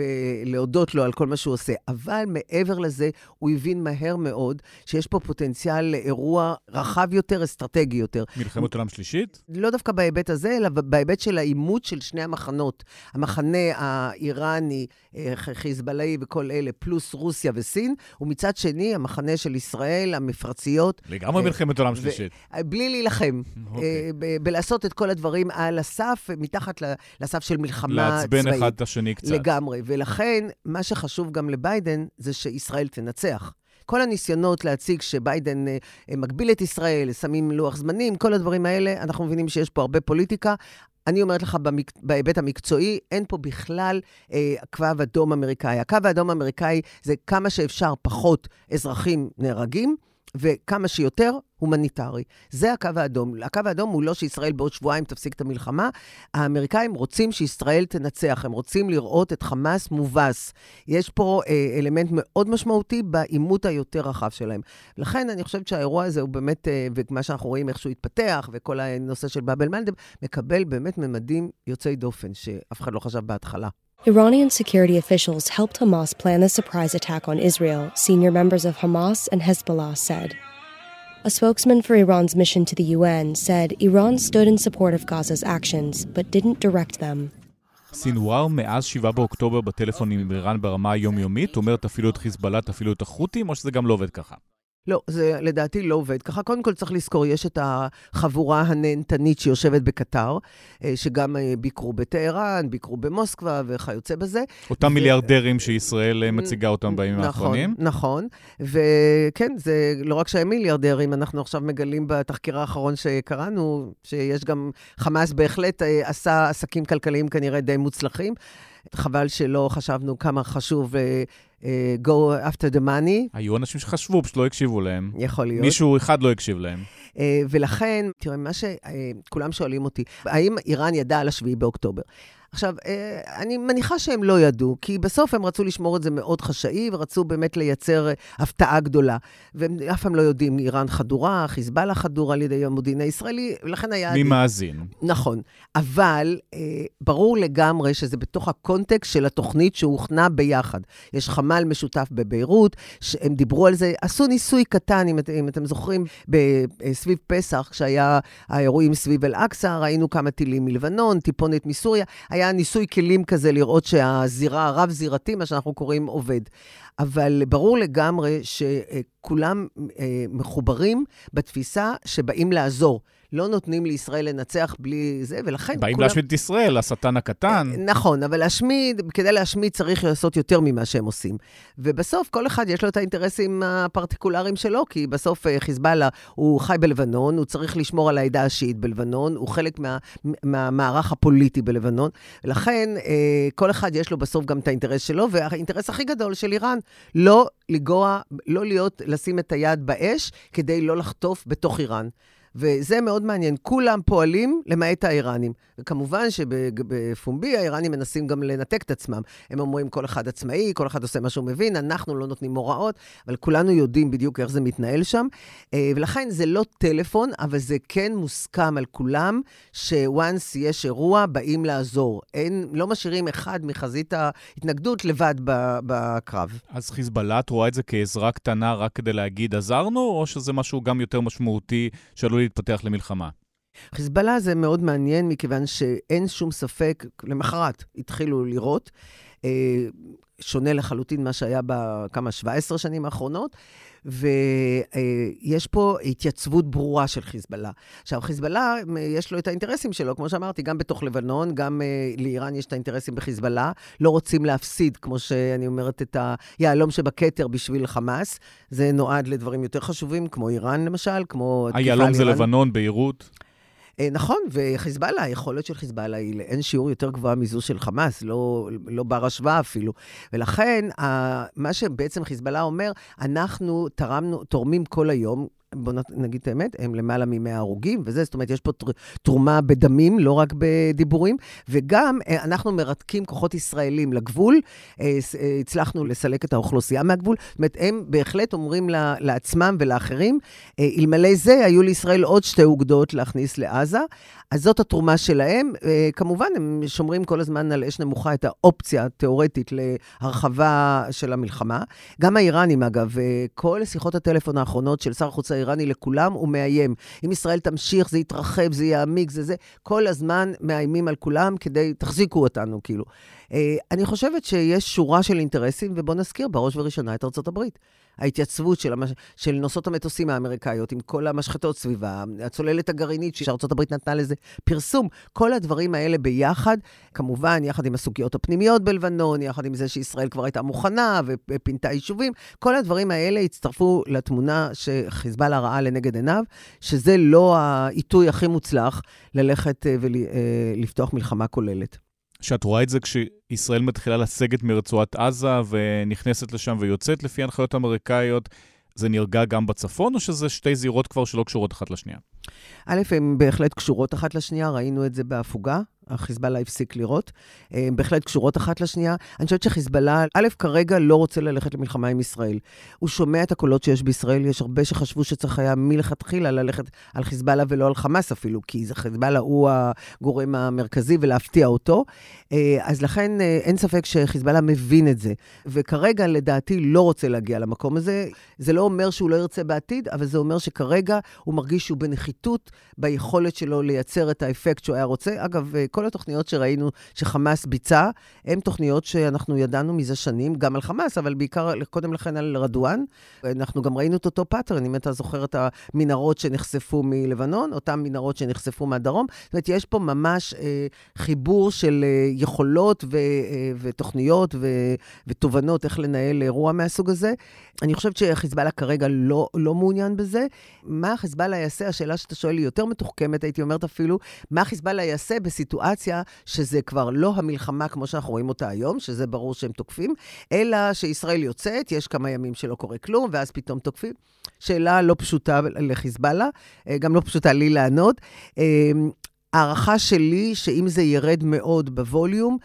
ולהודות לו על כל מה שהוא עושה, אבל מעבר לזה, הוא הבין מהר מאוד שיש פה פוטנציאל לאירוע רחב יותר, אסטרטגי יותר. מלחמת עולם שלישית? לא דווקא בהיבט הזה, אלא בהיבט של האימות של שני המחנות. המחנה האיראני, חיזבאללאי וכל אלה, פלוס רוסיה וסין, ומצד שני, המחנה של ישראל, המפרציות. לגמרי מלחמת עולם שלישית. בלי להילחם. בלעשות את כל הדברים על הסף, מתחת לסף של מלחמה צבאית. לעצבן אחד את השני קצת. לגמרי. ולכן, מה שחשוב גם לביידן, זה שישראל תנצח. כל הניסיונות להציג שביידן מגביל את ישראל, שמים לוח זמנים, כל הדברים האלה, אנחנו מבינים שיש פה הרבה פוליטיקה. אני אומרת לך, במק... בהיבט המקצועי, אין פה בכלל אה, קו אדום אמריקאי. הקו האדום האמריקאי זה כמה שאפשר פחות אזרחים נהרגים, וכמה שיותר הומניטרי. זה הקו האדום. הקו האדום הוא לא שישראל בעוד שבועיים תפסיק את המלחמה. האמריקאים רוצים שישראל תנצח. הם רוצים לראות את חמאס מובס. יש פה אה, אלמנט מאוד משמעותי באימות היותר רחב שלהם. לכן אני חושבת שהאירוע הזה הוא באמת, אה, ומה שאנחנו רואים איך שהוא התפתח, וכל הנושא של באב אל-מנדב, מקבל באמת ממדים יוצאי דופן, שאף אחד לא חשב בהתחלה. Iranian security officials helped Hamas plan the surprise attack on Israel, senior members of Hamas and Hezbollah said. A spokesman for Iran's mission to the U N said Iran stood in support of Gaza's actions, but didn't direct them. סינואר מאז שבעה באוקטובר בטלפון עם איראן ברמה היומיומית, אומרת אפילו את חיזבאללה, אפילו את החות'ים, או שזה גם לא עובד ככה? לא, זה לדעתי לא עובד. ככה, קודם כל צריך לזכור, יש את החבורה הנהנתנית שיושבת בקטר, שגם ביקרו בטהרן, ביקרו במוסקבה וכיוצא בזה. אותם ו... מיליארדרים שישראל מציגה אותם בימים נכון, האחרונים. נכון, וכן, זה לא רק שהם מיליארדרים, אנחנו עכשיו מגלים בתחקיר האחרון שקראנו, שיש גם חמאס בהחלט עשה עסקים כלכליים כנראה די מוצלחים. חבל שלא חשבנו כמה חשוב uh, uh, go after the money. היו אנשים שחשבו, פשוט לא הקשיבו להם. יכול להיות. מישהו אחד לא הקשיב להם. Uh, ולכן, תראה, מה שכולם uh, שואלים אותי, האם איראן ידעה על השביעי באוקטובר? עכשיו, אני מניחה שהם לא ידעו, כי בסוף הם רצו לשמור את זה מאוד חשאי, ורצו באמת לייצר הפתעה גדולה. והם אף פעם לא יודעים, איראן חדורה, חיזבאללה חדורה על ידי המודיעין הישראלי, ולכן היה... מי מאזין. נכון. אבל ברור לגמרי שזה בתוך הקונטקסט של התוכנית שהוכנה ביחד. יש חמ"ל משותף בביירות, שהם דיברו על זה, עשו ניסוי קטן, אם, אם אתם זוכרים, סביב פסח, כשהיה האירועים סביב אל-אקצה, ראינו כמה טילים מלבנון, טיפונת מסוריה, היה ניסוי כלים כזה לראות שהזירה הרב-זירתי, מה שאנחנו קוראים, עובד. אבל ברור לגמרי שכולם מחוברים בתפיסה שבאים לעזור. לא נותנים לישראל לנצח בלי זה, ולכן... באים כולם... להשמיד את ישראל, השטן הקטן. נכון, אבל להשמיד, כדי להשמיד צריך לעשות יותר ממה שהם עושים. ובסוף כל אחד יש לו את האינטרסים הפרטיקולריים שלו, כי בסוף חיזבאללה הוא חי בלבנון, הוא צריך לשמור על העדה השיעית בלבנון, הוא חלק מה, מהמערך הפוליטי בלבנון, ולכן כל אחד יש לו בסוף גם את האינטרס שלו, והאינטרס הכי גדול של איראן, לא לגוע, לא להיות, לשים את היד באש, כדי לא לחטוף בתוך איראן. וזה מאוד מעניין. כולם פועלים למעט האיראנים. וכמובן שבפומבי האיראנים מנסים גם לנתק את עצמם. הם אומרים כל אחד עצמאי, כל אחד עושה מה שהוא מבין, אנחנו לא נותנים הוראות, אבל כולנו יודעים בדיוק איך זה מתנהל שם. ולכן זה לא טלפון, אבל זה כן מוסכם על כולם, שוואנס יש אירוע, באים לעזור. אין, לא משאירים אחד מחזית ההתנגדות לבד בקרב. אז חיזבאללה, את רואה את זה כעזרה קטנה רק כדי להגיד עזרנו, או שזה משהו גם יותר משמעותי שעלול להתפתח למלחמה? חיזבאללה זה מאוד מעניין, מכיוון שאין שום ספק, למחרת התחילו לראות, אה, שונה לחלוטין מה שהיה בכמה שבע עשרה שנים האחרונות, ויש פה התייצבות ברורה של חיזבאללה. עכשיו, חיזבאללה, יש לו את האינטרסים שלו, כמו שאמרתי, גם בתוך לבנון, גם לאיראן יש את האינטרסים בחיזבאללה, לא רוצים להפסיד, כמו שאני אומרת, את היעלום שבכתר בשביל חמאס, זה נועד לדברים יותר חשובים, כמו איראן למשל, כמו... היעלום זה לבנון, ביירות. נכון, וחיזבאללה, היכולת של חיזבאללה היא לאין שיעור יותר גבוהה מזו של חמאס, לא, לא בר השוואה אפילו. ולכן, מה שבעצם חיזבאללה אומר, אנחנו תרמנו, תורמים כל היום, בוא נגיד את האמת, הם למעלה ממאה הרוגים, וזה, זאת אומרת, יש פה תרומה בדמים, לא רק בדיבורים, וגם אנחנו מרתקים כוחות ישראלים לגבול, הצלחנו לסלק את האוכלוסייה מהגבול, זאת אומרת, הם בהחלט אומרים לעצמם ולאחרים, אלמלא זה, היו לישראל עוד שתי אוגדות להכניס לעזה, אז זאת התרומה שלהם. כמובן, הם שומרים כל הזמן על אש נמוכה את האופציה התיאורטית להרחבה של המלחמה. גם האיראנים, אגב, כל שיחות הטלפון האחרונות של שר החוץ האיראני לכולם, הוא מאיים. אם ישראל תמשיך, זה יתרחב, זה יעמיק, זה זה. כל הזמן מאיימים על כולם כדי, תחזיקו אותנו, כאילו. אני חושבת שיש שורה של אינטרסים, ובוא נזכיר בראש וראשונה את ארצות הברית. ההתייצבות של, המש... של נוסעות המטוסים האמריקאיות, עם כל המשחטות סביבה, הצוללת הגרעינית, שארצות הברית נתנה לזה פרסום, כל הדברים האלה ביחד, כמובן, יחד עם הסוגיות הפנימיות בלבנון, יחד עם זה שישראל כבר הייתה מוכנה ופינתה יישובים, כל הדברים האלה הצטרפו לתמונה שחיזבאללה ראה לנגד עיניו, שזה לא העיתוי הכי מוצלח ללכת ולפתוח מלחמה כוללת. שאת רואה את זה כשישראל מתחילה לסגת מרצועת עזה ונכנסת לשם ויוצאת לפי הנחיות אמריקאיות, זה נרגע גם בצפון או שזה שתי זירות כבר שלא קשורות אחת לשנייה? א', הן בהחלט קשורות אחת לשנייה, ראינו את זה בהפוגה, החיזבאללה הפסיק לראות, הן בהחלט קשורות אחת לשנייה. אני חושבת שחיזבאללה, א', כרגע לא רוצה ללכת למלחמה עם ישראל. הוא שומע את הקולות שיש בישראל, יש הרבה שחשבו שצריך היה מלכתחילה ללכת על חיזבאללה ולא על חמאס אפילו, כי חיזבאללה הוא הגורם המרכזי ולהפתיע אותו. אז לכן אין ספק שחיזבאללה מבין את זה. וכרגע לדעתי לא רוצה להגיע למקום הזה. זה לא אומר שהוא לא ירצה בעתיד, אבל זה אומר שכרגע הוא מרגיש שהוא בנחיתות ביכולת שלו לייצר את האפקט שהוא היה רוצה. אגב, כל התוכניות שראינו שחמאס ביצע, הן תוכניות שאנחנו ידענו מזה שנים, גם על חמאס, אבל בעיקר קודם לכן על רדואן. אנחנו גם ראינו את אותו פאטרן, אם אתה זוכר את המנהרות שנחשפו מלבנון, אותן מנהרות שנחשפו מהדרום. זאת אומרת, יש פה ממש אה, חיבור של אה, יכולות ו, אה, ותוכניות ו, ותובנות איך לנהל אירוע מהסוג הזה. אני חושבת שחיזבאללה כרגע לא, לא מעוניין בזה. מה חיזבאללה יעשה? השאלה שאתה שואל היא יותר מתוחכמת, הייתי אומרת אפילו, מה חיזבאללה יעשה בסיטואציה שזה כבר לא המלחמה כמו שאנחנו רואים אותה היום, שזה ברור שהם תוקפים, אלא שישראל יוצאת, יש כמה ימים שלא קורה כלום, ואז פתאום תוקפים. שאלה לא פשוטה לחיזבאללה, גם לא פשוטה לי לענות. הערכה שלי שאם זה ירד מאוד בווליום,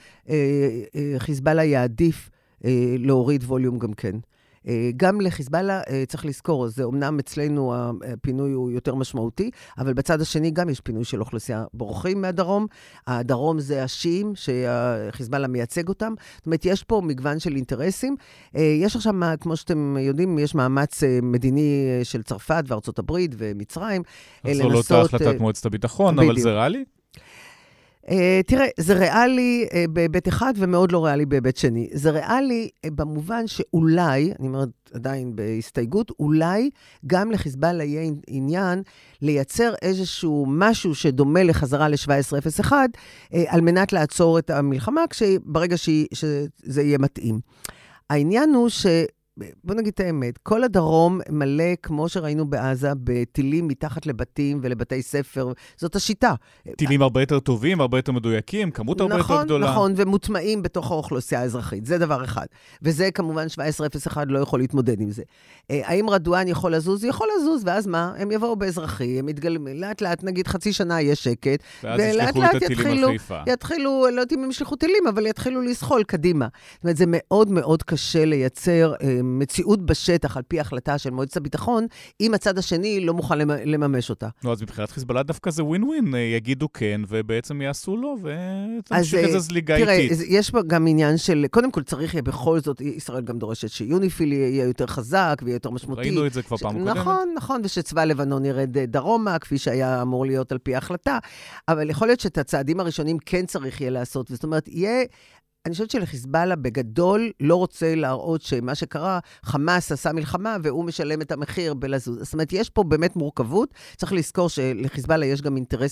חיזבאללה יעדיף להוריד ווליום גם כן. גם לחיזבאללה צריך לזכור, זה אומנם אצלנו הפינוי הוא יותר משמעותי, אבל בצד השני גם יש פינוי של אוכלוסייה בורחים מהדרום. הדרום זה השיעים שחיזבאללה מייצג אותם. זאת אומרת, יש פה מגוון של אינטרסים. יש עכשיו, כמו שאתם יודעים, יש מאמץ מדיני של צרפת וארצות הברית ומצרים. זו לא אותה החלטת מועצת הביטחון, אבל זה ריאלי? Uh, תראה, זה ריאלי uh, בהיבט אחד ומאוד לא ריאלי בהיבט שני. זה ריאלי uh, במובן שאולי, אני אומרת עדיין בהסתייגות, אולי גם לחיזבאללה יהיה עניין לייצר איזשהו משהו שדומה לחזרה ל-שבע עשרה אפס אחת, uh, על מנת לעצור את המלחמה, ברגע שזה יהיה מתאים. העניין הוא ש... בוא נגיד את האמת, כל הדרום מלא, כמו שראינו בעזה, בטילים מתחת לבתים ולבתי ספר. זאת השיטה. טילים הרבה יותר טובים, הרבה יותר מדויקים, כמות הרבה נכון, יותר גדולה. נכון, נכון, ומוטמעים בתוך האוכלוסייה האזרחית. זה דבר אחד. וזה כמובן שבע עשרה אפס אחת לא יכול להתמודד עם זה. האם רדואן יכול לזוז? יכול לזוז, ואז מה? הם יבואו באזרחי, הם יתגלם, לאט לאט, נגיד חצי שנה יש שקט, ולאט לאט יתחילו, יתחילו, לא יודעים אם ישלחו טילים, אבל יתחילו לסחול קדימה. זאת אומרת, זה מאוד מאוד קשה לייצר מציאות בשטח על פי החלטה של מועצת הביטחון, אם הצד השני לא מוכן לממש אותה. לא, אז מבחינת חיזבאללה דווקא זה ווין ווין, יגידו כן, ובעצם יעשו לו, ותמשיך איזה זליגה איטית. תראה, יש גם עניין של, קודם כל צריך, בכל זאת, ישראל גם דורשת שיוניפיל יהיה יותר חזק, ויהיה יותר משמעותי. ראינו את זה כבר פעם קודמת. נכון, נכון, ושצבא לבנון ירד דרומה, כפי שהיה אמור להיות על פי ההחלטה, אבל יכול להיות שאת הצעדים הראשונים כן צריך יהיה לעשות, זאת אומרת, יהיה אני חושבת שלחיזבאללה בגדול לא רוצה להראות שמה שקרה, חמאס עשה מלחמה והוא משלם את המחיר בלזוז. זאת אומרת, יש פה באמת מורכבות. צריך לזכור שלחיזבאללה יש גם אינטרסים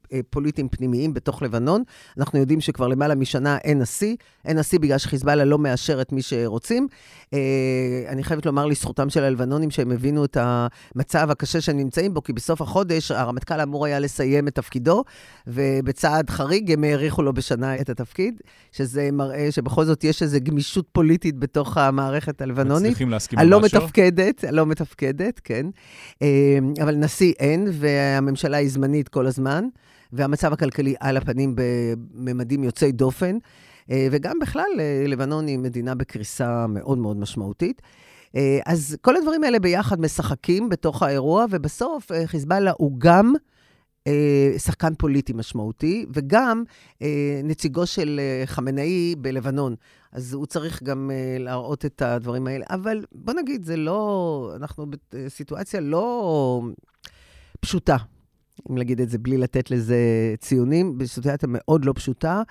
פוליטיים פנימיים בתוך לבנון. אנחנו יודעים שכבר למעלה משנה אין נשיא, אין נשיא בגלל שחיזבאללה לא מאשר את מי שרוצים. אני חייבת לומר לזכותם של הלבנונים שהם הבינו את המצב הקשה שהם נמצאים בו, כי בסוף החודש הרמטכ"ל אמור היה לסיים את תפקידו, ובצעד חריג הם העריכו לו בשנה את התפקיד, שזה מראה שבכל זאת יש איזו גמישות פוליטית בתוך המערכת הלבנונית. מצליחים להסכים הלא מתפקדת, הלא מתפקדת, כן. אבל נשיא אין, והממשלה היא זמנית כל הזמן, והמצב הכלכלי על הפנים בממדים יוצאי דופן, וגם בכלל לבנון היא מדינה בקריסה מאוד מאוד משמעותית. אז כל הדברים האלה ביחד משחקים בתוך האירוע, ובסוף חיזבאללה הוא גם שחקן פוליטי משמעותי, וגם נציגו של חמינאי בלבנון. אז הוא צריך גם להראות את הדברים האלה. אבל בוא נגיד, זה לא, אנחנו בסיטואציה לא פשוטה, אם להגיד את זה בלי לתת לזה ציונים, בסיטואציה מאוד לא פשוטה,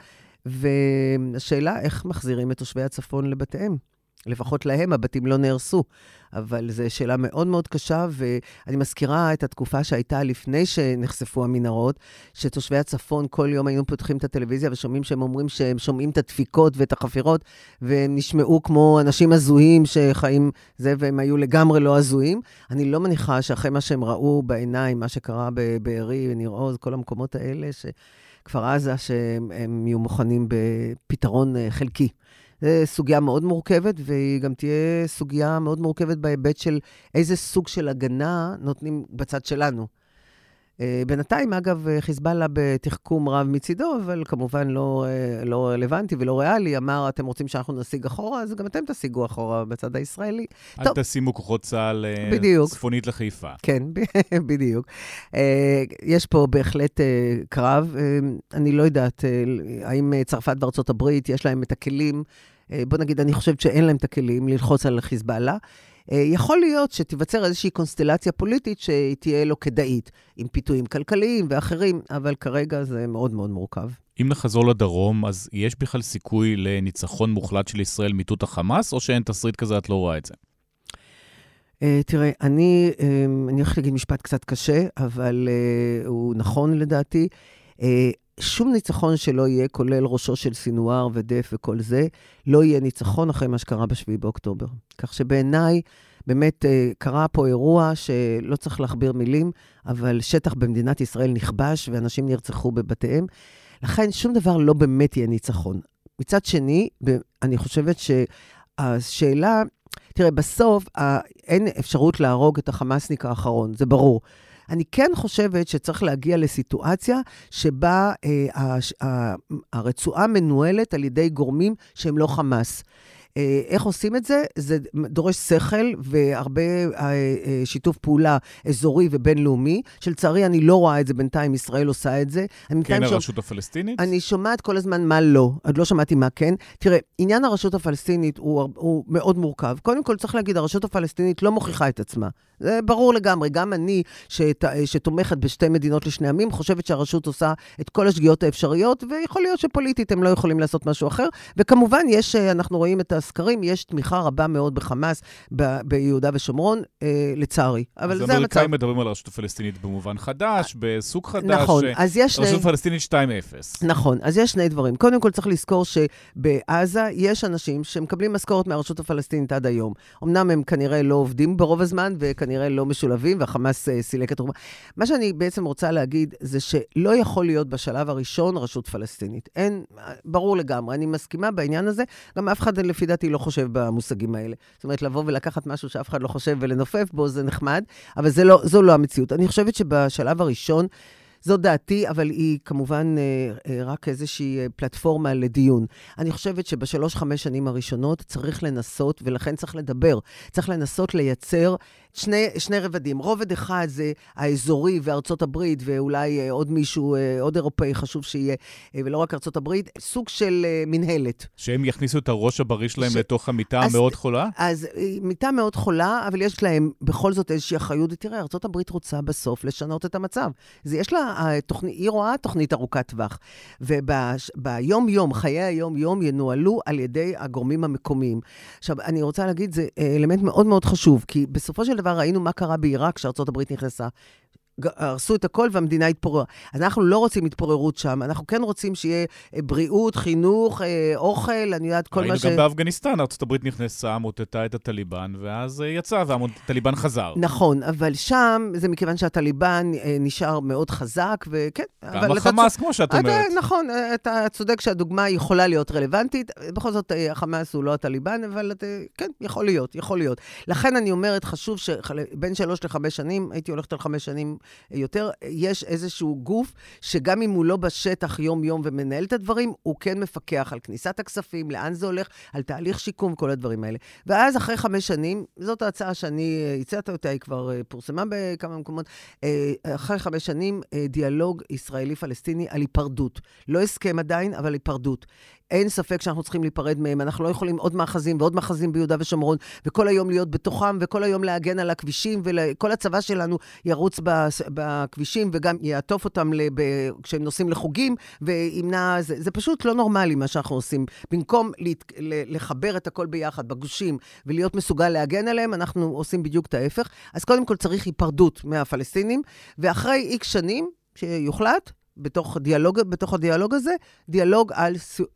והשאלה איך מחזירים את תושבי הצפון לבתיהם. לפחות להם, הבתים לא נהרסו, אבל זו שאלה מאוד מאוד קשה, ואני מזכירה את התקופה שהייתה לפני שנחשפו המנהרות, שתושבי הצפון כל יום היינו פותחים את הטלוויזיה, ושומעים שהם אומרים שהם שומעים את הדפיקות ואת החפירות, והם נשמעו כמו אנשים הזויים שחיים זה, והם היו לגמרי לא הזויים. אני לא מניחה שאחרי מה שהם ראו בעיניים, מה שקרה בבארי, ניר עוז, כל המקומות האלה, שכפר עזה, שהם יהיו מוכנים בפתרון חלקי. זו סוגיה מאוד מורכבת, והיא גם תהיה סוגיה מאוד מורכבת בהיבט של איזה סוג של הגנה נותנים בצד שלנו. בינתיים, אגב, חיזבאללה בתחכום רב מצידו, אבל כמובן לא, לא רלוונטי ולא ריאלי, אמר, אתם רוצים שאנחנו נשיג אחורה, אז גם אתם תשיגו אחורה בצד הישראלי. אל טוב. תשימו כוחות צה"ל בדיוק. צפונית לחיפה. כן, בדיוק. יש פה בהחלט קרב. אני לא יודעת, האם צרפת וארצות הברית, יש להם את הכלים, בוא נגיד, אני חושבת שאין להם את הכלים ללחוץ על חיזבאללה, יכול להיות שתיווצר איזושהי קונסטלציה פוליטית שתהיה לו כדאית, עם פיתויים כלכליים ואחרים, אבל כרגע זה מאוד מאוד מורכב. אם נחזור לדרום, אז יש בכלל סיכוי לניצחון מוחלט של ישראל מיטוט החמאס, או שאין תסריט כזה, את לא רואה את זה? תראה, אני, אני הולך להגיד משפט קצת קשה, אבל הוא נכון לדעתי. שום ניצחון שלא יהיה, כולל ראשו של סינואר ודף וכל זה, לא יהיה ניצחון אחרי מה שקרה בשביעי באוקטובר. כך שבעיניי, באמת קרה פה אירוע שלא צריך להכביר מילים, אבל שטח במדינת ישראל נכבש, ואנשים נרצחו בבתיהם. לכן שום דבר לא באמת יהיה ניצחון. מצד שני, אני חושבת שהשאלה, תראה, בסוף אין אפשרות להרוג את החמאסניק האחרון, זה ברור. אני כן חושבת שצריך להגיע לסיטואציה שבה אה, אה, הרצועה מנוהלת על ידי גורמים שהם לא חמאס. אה, איך עושים את זה? זה דורש שכל והרבה אה, אה, שיתוף פעולה אזורי ובינלאומי, שלצערי אני לא רואה את זה בינתיים, ישראל עושה את זה. כן, הרשות שומע, הפלסטינית? אני שומעת כל הזמן מה לא, עוד לא שמעתי מה כן. תראה, עניין הרשות הפלסטינית הוא, הוא מאוד מורכב. קודם כל צריך להגיד, הרשות הפלסטינית לא מוכיחה את עצמה. זה ברור לגמרי, גם אני שת, שתומכת בשתי מדינות לשני עמים, חושבת שהרשות עושה את כל השגיאות האפשריות, ויכול להיות שפוליטית הם לא יכולים לעשות משהו אחר, וכמובן יש, אנחנו רואים את הסקרים, יש תמיכה רבה מאוד בחמאס, ב, ביהודה ושומרון, אה, לצערי. אבל זה המצב. אז האמריקאים מדברים על הרשות הפלסטינית במובן חדש, בסוג חדש, נכון, אז יש הרשות שני... הפלסטינית שתיים אפס. נכון, אז יש שני דברים. קודם כל צריך לזכור שבעזה יש אנשים שמקבלים משכורת מהרשות הפלסטינית עד היום. אמנם הם כנראה לא עובדים ברוב הזמן, וכנראה לא משולבים, והחמאס סילק את רומה. מה שאני בעצם רוצה להגיד, זה שלא יכול להיות בשלב הראשון רשות פלסטינית. אין, ברור לגמרי, אני מסכימה בעניין הזה, גם אף אחד לפי דעתי לא חושב במושגים האלה. זאת אומרת, לבוא ולקחת משהו שאף אחד לא חושב ולנופף בו, זה נחמד, אבל זה לא, זו לא המציאות. אני חושבת שבשלב הראשון, זו דעתי, אבל היא כמובן רק איזושהי פלטפורמה לדיון. אני חושבת שבשלוש חמש שנים הראשונות צריך לנסות, ולכן צריך לדבר, צריך לנסות לייצר שני, שני רבדים. רובד אחד זה האזורי וארצות הברית, ואולי עוד מישהו, עוד אירופאי חשוב שיהיה, ולא רק ארצות הברית, סוג של מנהלת. שהם יכניסו את הראש הבריא שלהם ש... לתוך המיטה אז, המאוד חולה? אז מיטה מאוד חולה, אבל יש להם בכל זאת איזושהי אחריות. תראה, ארצות הברית רוצה בסוף לשנות את המצב. זה יש לה, התוכנית, היא רואה תוכנית ארוכת טווח. וביום יום, חיי היום יום, ינוהלו על ידי הגורמים המקומיים. עכשיו, אני רוצה להגיד, זה אלמנט מאוד מאוד חשוב, כי בסופו של דבר ראינו מה קרה בעיראק כשארצות הברית נכנסה. הרסו את הכל והמדינה התפוררה. אז אנחנו לא רוצים התפוררות שם, אנחנו כן רוצים שיהיה בריאות, חינוך, אוכל, אני יודעת כל מה ש... ראינו גם באפגניסטן, ארצות הברית נכנסה, מוטטה את הטליבן, ואז יצא, והטליבן חזר. נכון, אבל שם, זה מכיוון שהטליבן נשאר מאוד חזק, וכן... גם החמאס, כמו שאת אומרת. נכון, אתה צודק שהדוגמה יכולה להיות רלוונטית, בכל זאת, החמאס הוא לא הטליבן, אבל כן, יכול להיות, יכול להיות. לכן אני אומרת, חשוב שבין שלוש לחמש שנים, הייתי הולכת על חמש שנים יותר, יש איזשהו גוף שגם אם הוא לא בשטח יום-יום ומנהל את הדברים, הוא כן מפקח על כניסת הכספים, לאן זה הולך, על תהליך שיקום, כל הדברים האלה. ואז אחרי חמש שנים, זאת ההצעה שאני הצעתי אותה, היא כבר פורסמה בכמה מקומות, אחרי חמש שנים, דיאלוג ישראלי-פלסטיני על היפרדות. לא הסכם עדיין, אבל היפרדות. אין ספק שאנחנו צריכים להיפרד מהם, אנחנו לא יכולים עוד מאחזים ועוד מאחזים ביהודה ושומרון, וכל היום להיות בתוכם, וכל היום להגן על הכבישים, וכל הצבא שלנו ירוץ בכבישים, וגם יעטוף אותם לב... כשהם נוסעים לחוגים, וימנע, זה, זה פשוט לא נורמלי מה שאנחנו עושים. במקום להת... לחבר את הכל ביחד בגושים, ולהיות מסוגל להגן עליהם, אנחנו עושים בדיוק את ההפך. אז קודם כל צריך היפרדות מהפלסטינים, ואחרי איקס שנים שיוחלט, בתוך דיאלוג, בתוך הדיאלוג הזה, דיאלוג על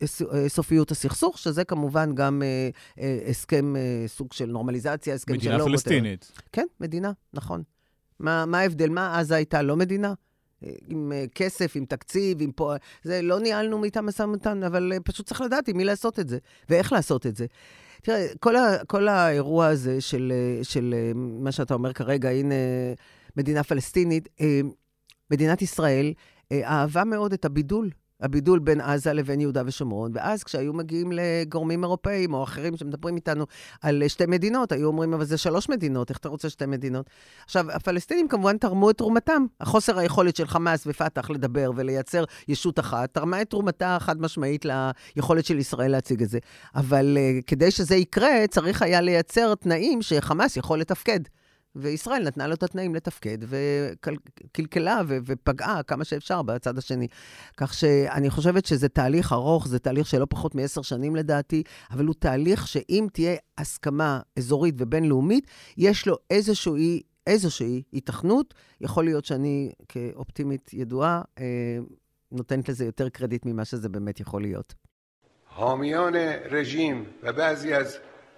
סופיות הסכסוך, שזה כמובן גם אה, אה, הסכם, אה, סוג של נורמליזציה, הסכם מדינה שלא... פלסטינית. יותר. כן, מדינה, נכון. מה, מה ההבדל? מה אז הייתה לא מדינה? עם אה, כסף, עם תקציב, עם פה... זה לא ניהלנו מאיתם משא ומתן, אבל אה, פשוט צריך לדעת עם מי לעשות את זה, ואיך לעשות את זה. תראה, כל, ה, כל האירוע הזה של, של מה שאתה אומר כרגע, הנה מדינה פלסטינית, אה, מדינת ישראל, אהבה מאוד את הבידול, הבידול בין עזה לבין יהודה ושומרון, ואז כשהיו מגיעים לגורמים אירופאים או אחרים שמדברים איתנו על שתי מדינות, היו אומרים, אבל זה שלוש מדינות, איך אתה רוצה שתי מדינות? עכשיו, הפלסטינים כמובן תרמו את תרומתם, החוסר היכולת של חמאס ופתח לדבר ולייצר ישות אחת, תרמה את תרומתה חד משמעית ליכולת של ישראל להציג את זה. אבל uh, כדי שזה יקרה, צריך היה לייצר תנאים שחמאס יכול לתפקד. וישראל נתנה לו את התנאים לתפקד, וקלקלה ופגעה כמה שאפשר בצד השני. כך שאני חושבת שזה תהליך ארוך, זה תהליך שלא פחות מעשר שנים לדעתי, אבל הוא תהליך שאם תהיה הסכמה אזורית ובינלאומית, יש לו איזושהי, איזושהי התכנות. יכול להיות שאני כאופטימית ידועה, נותנת לזה יותר קרדיט ממה שזה באמת יכול להיות. حامیان رژیم و بعضی از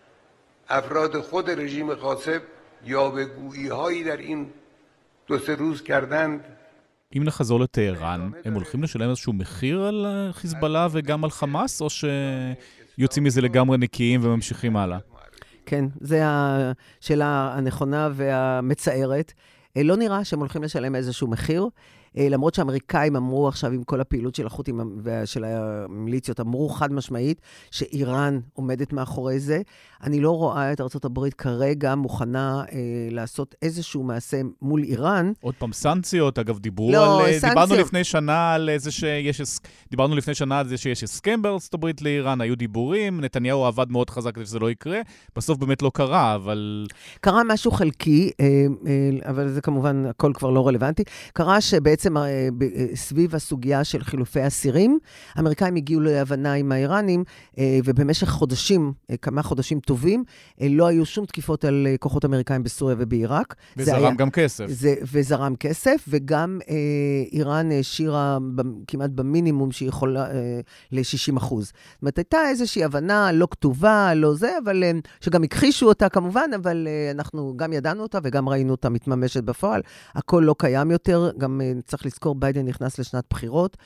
افراد خود رژیم غاصب یاوه‌گویی هایی در این دو سه روز کردند. אם נחזור לטהרן, הם הולכים לשלם איזשהו מחיר על חיזבאללה וגם על חמאס, או שיוצאים מזה לגמרי נקיים וממשיכים הלאה? כן, זו השאלה הנכונה והמצערת. לא נראה שהם הולכים לשלם איזשהו מחיר, למרות שהאמריקאים אמרו עכשיו עם כל הפעילות של החות'ים ושל המיליציות, אמרו חד משמעית שאיראן עומדת מאחורי זה. אני לא רואה את ארצות הברית כרגע מוכנה אה, לעשות איזשהו מעשה מול איראן. עוד פעם סנקציות, אגב, דיברו לא, על... סנקציות. דיברנו לפני שנה על זה שיש... דיברנו לפני שנה על זה שיש הסכם בארצות הברית לאיראן, היו דיבורים, נתניהו עבד מאוד חזק כדי שזה לא יקרה, בסוף באמת לא קרה, אבל... קרה משהו חלקי, אה, אה, אבל זה כמובן הכל כבר לא רלוונטי. קרה שבעצם סביב הסוגיה של חילופי אסירים, האמריקאים הגיעו להבנה עם האיראנים, ובמשך חודשים, כמה חודשים טובים, לא היו שום תקיפות על כוחות אמריקאים בסוריה ובעיראק. וזרם גם כסף. זה, וזרם כסף, וגם איראן השאירה כמעט במינימום שהיא יכולה ל-שישים אחוז. זאת אומרת, הייתה איזושהי הבנה לא כתובה, לא זה, אבל שגם הכחישו אותה כמובן, אבל אנחנו גם ידענו אותה וגם ראינו אותה מתממשת בפועל. הכל לא קיים יותר, גם צריך לזכור, ביידן נכנס לשנת בחירות,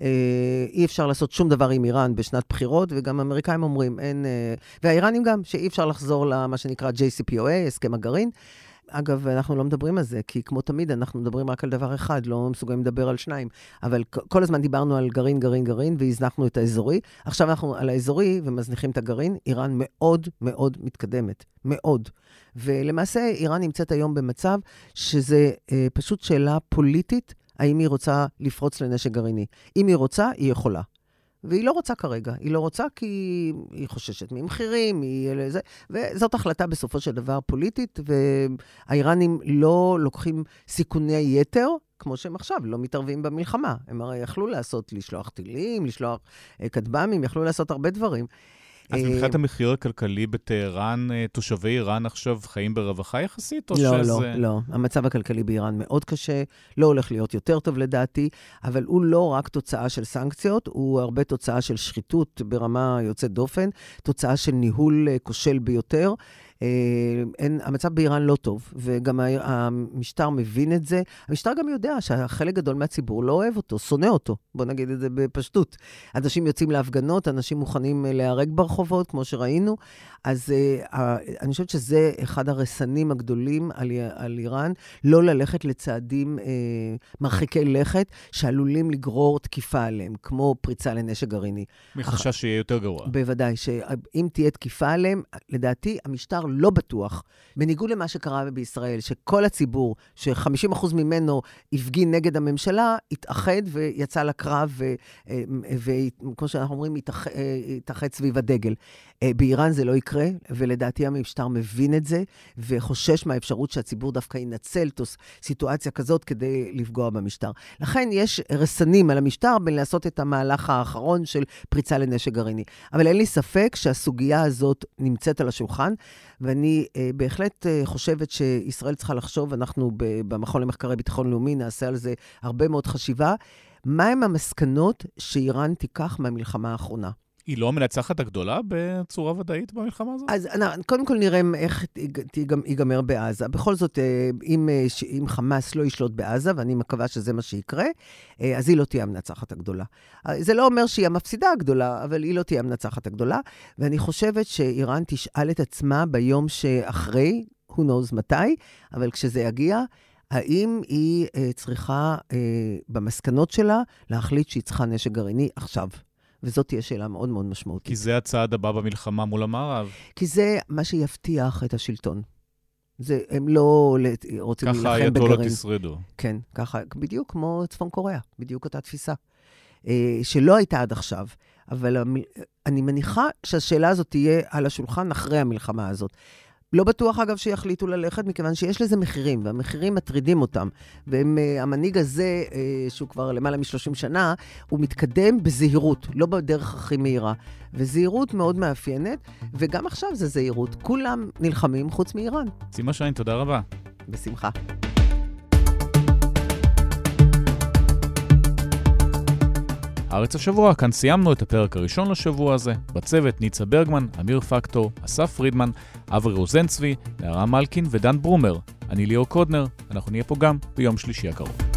אי אפשר לעשות שום דבר עם איראן בשנת בחירות, וגם האמריקאים אומרים, אין, והאיראנים גם, שאי אפשר לחזור למה שנקרא ג'יי סי פי או איי, הסכם הגרעין. אגב, אנחנו לא מדברים על זה, כי כמו תמיד אנחנו מדברים רק על דבר אחד, לא מסוגלים לדבר על שניים. אבל כל הזמן דיברנו על גרעין, גרעין, גרעין, והזנחנו את האזורי. עכשיו אנחנו על האזורי ומזניחים את הגרעין. איראן מאוד מאוד מתקדמת, מאוד. ולמעשה איראן נמצאת היום במצב שזה אה, פשוט שאלה פוליטית, האם היא רוצה לפרוץ לנשק גרעיני. אם היא רוצה, היא יכולה. והיא לא רוצה כרגע. היא לא רוצה כי היא חוששת ממחירים, היא... וזאת החלטה בסופו של דבר פוליטית, והאיראנים לא לוקחים סיכוני יתר, כמו שהם עכשיו לא מתערבים במלחמה. הם הרי יכלו לעשות, לשלוח טילים, לשלוח כטב"מים, יכלו לעשות הרבה דברים. אז מבחינת המחיר הכלכלי בטהרן, תושבי איראן עכשיו חיים ברווחה יחסית? לא, לא, לא. המצב הכלכלי באיראן מאוד קשה, לא הולך להיות יותר טוב לדעתי, אבל הוא לא רק תוצאה של סנקציות, הוא הרבה תוצאה של שחיתות ברמה יוצאת דופן, תוצאה של ניהול כושל ביותר. אין, המצב באיראן לא טוב, וגם המשטר מבין את זה. המשטר גם יודע שהחלק גדול מהציבור לא אוהב אותו, שונא אותו, בוא נגיד את זה בפשטות. אנשים יוצאים להפגנות, אנשים מוכנים להיהרג ברחובות, כמו שראינו, אז אני חושבת שזה אחד הרסנים הגדולים על, על איראן, לא ללכת לצעדים מרחיקי לכת, שעלולים לגרור תקיפה עליהם, כמו פריצה לנשק גרעיני. מחשש שיהיה יותר גרוע. בוודאי, שאם תהיה תקיפה עליהם, לדעתי המשטר לא בטוח, בניגוד למה שקרה בישראל, שכל הציבור, ש-חמישים אחוז ממנו הפגין נגד הממשלה, התאחד ויצא לקרב, וכמו שאנחנו אומרים, התאחד סביב הדגל. באיראן זה לא יקרה, ולדעתי המשטר מבין את זה, וחושש מהאפשרות שהציבור דווקא ינצל סיטואציה כזאת כדי לפגוע במשטר. לכן יש רסנים על המשטר בין לעשות את המהלך האחרון של פריצה לנשק גרעיני. אבל אין לי ספק שהסוגיה הזאת נמצאת על השולחן, ואני אה, בהחלט אה, חושבת שישראל צריכה לחשוב, אנחנו במכון למחקרי ביטחון לאומי נעשה על זה הרבה מאוד חשיבה, מהם המסקנות שאיראן תיקח מהמלחמה האחרונה. היא לא המנצחת הגדולה בצורה ודאית במלחמה הזאת? אז קודם כל נראה איך ייגמר בעזה. בכל זאת, אם, אם חמאס לא ישלוט בעזה, ואני מקווה שזה מה שיקרה, אז היא לא תהיה המנצחת הגדולה. זה לא אומר שהיא המפסידה הגדולה, אבל היא לא תהיה המנצחת הגדולה, ואני חושבת שאיראן תשאל את עצמה ביום שאחרי, who knows מתי, אבל כשזה יגיע, האם היא צריכה במסקנות שלה להחליט שהיא צריכה נשק גרעיני עכשיו. וזאת תהיה שאלה מאוד מאוד משמעותית. כי זה הצעד הבא במלחמה מול המערב. כי זה מה שיבטיח את השלטון. זה, הם לא רוצים להילחם בגרעין. ככה האייתולות ישרדו. כן, ככה, בדיוק כמו צפון קוריאה, בדיוק אותה תפיסה. שלא הייתה עד עכשיו, אבל אני מניחה שהשאלה הזאת תהיה על השולחן אחרי המלחמה הזאת. לא בטוח, אגב, שיחליטו ללכת, מכיוון שיש לזה מחירים, והמחירים מטרידים אותם. והמנהיג הזה, שהוא כבר למעלה מ-שלושים שנה, הוא מתקדם בזהירות, לא בדרך הכי מהירה. וזהירות מאוד מאפיינת, וגם עכשיו זה זהירות. כולם נלחמים חוץ מאיראן. סימה שיין, תודה רבה. בשמחה. הארץ השבוע, כאן סיימנו את הפרק הראשון לשבוע הזה. בצוות ניצה ברגמן, אמיר פקטור, אסף פרידמן, אברי רוזנצבי, נערה מלקין ודן ברומר. אני ליאור קודנר, אנחנו נהיה פה גם ביום שלישי הקרוב.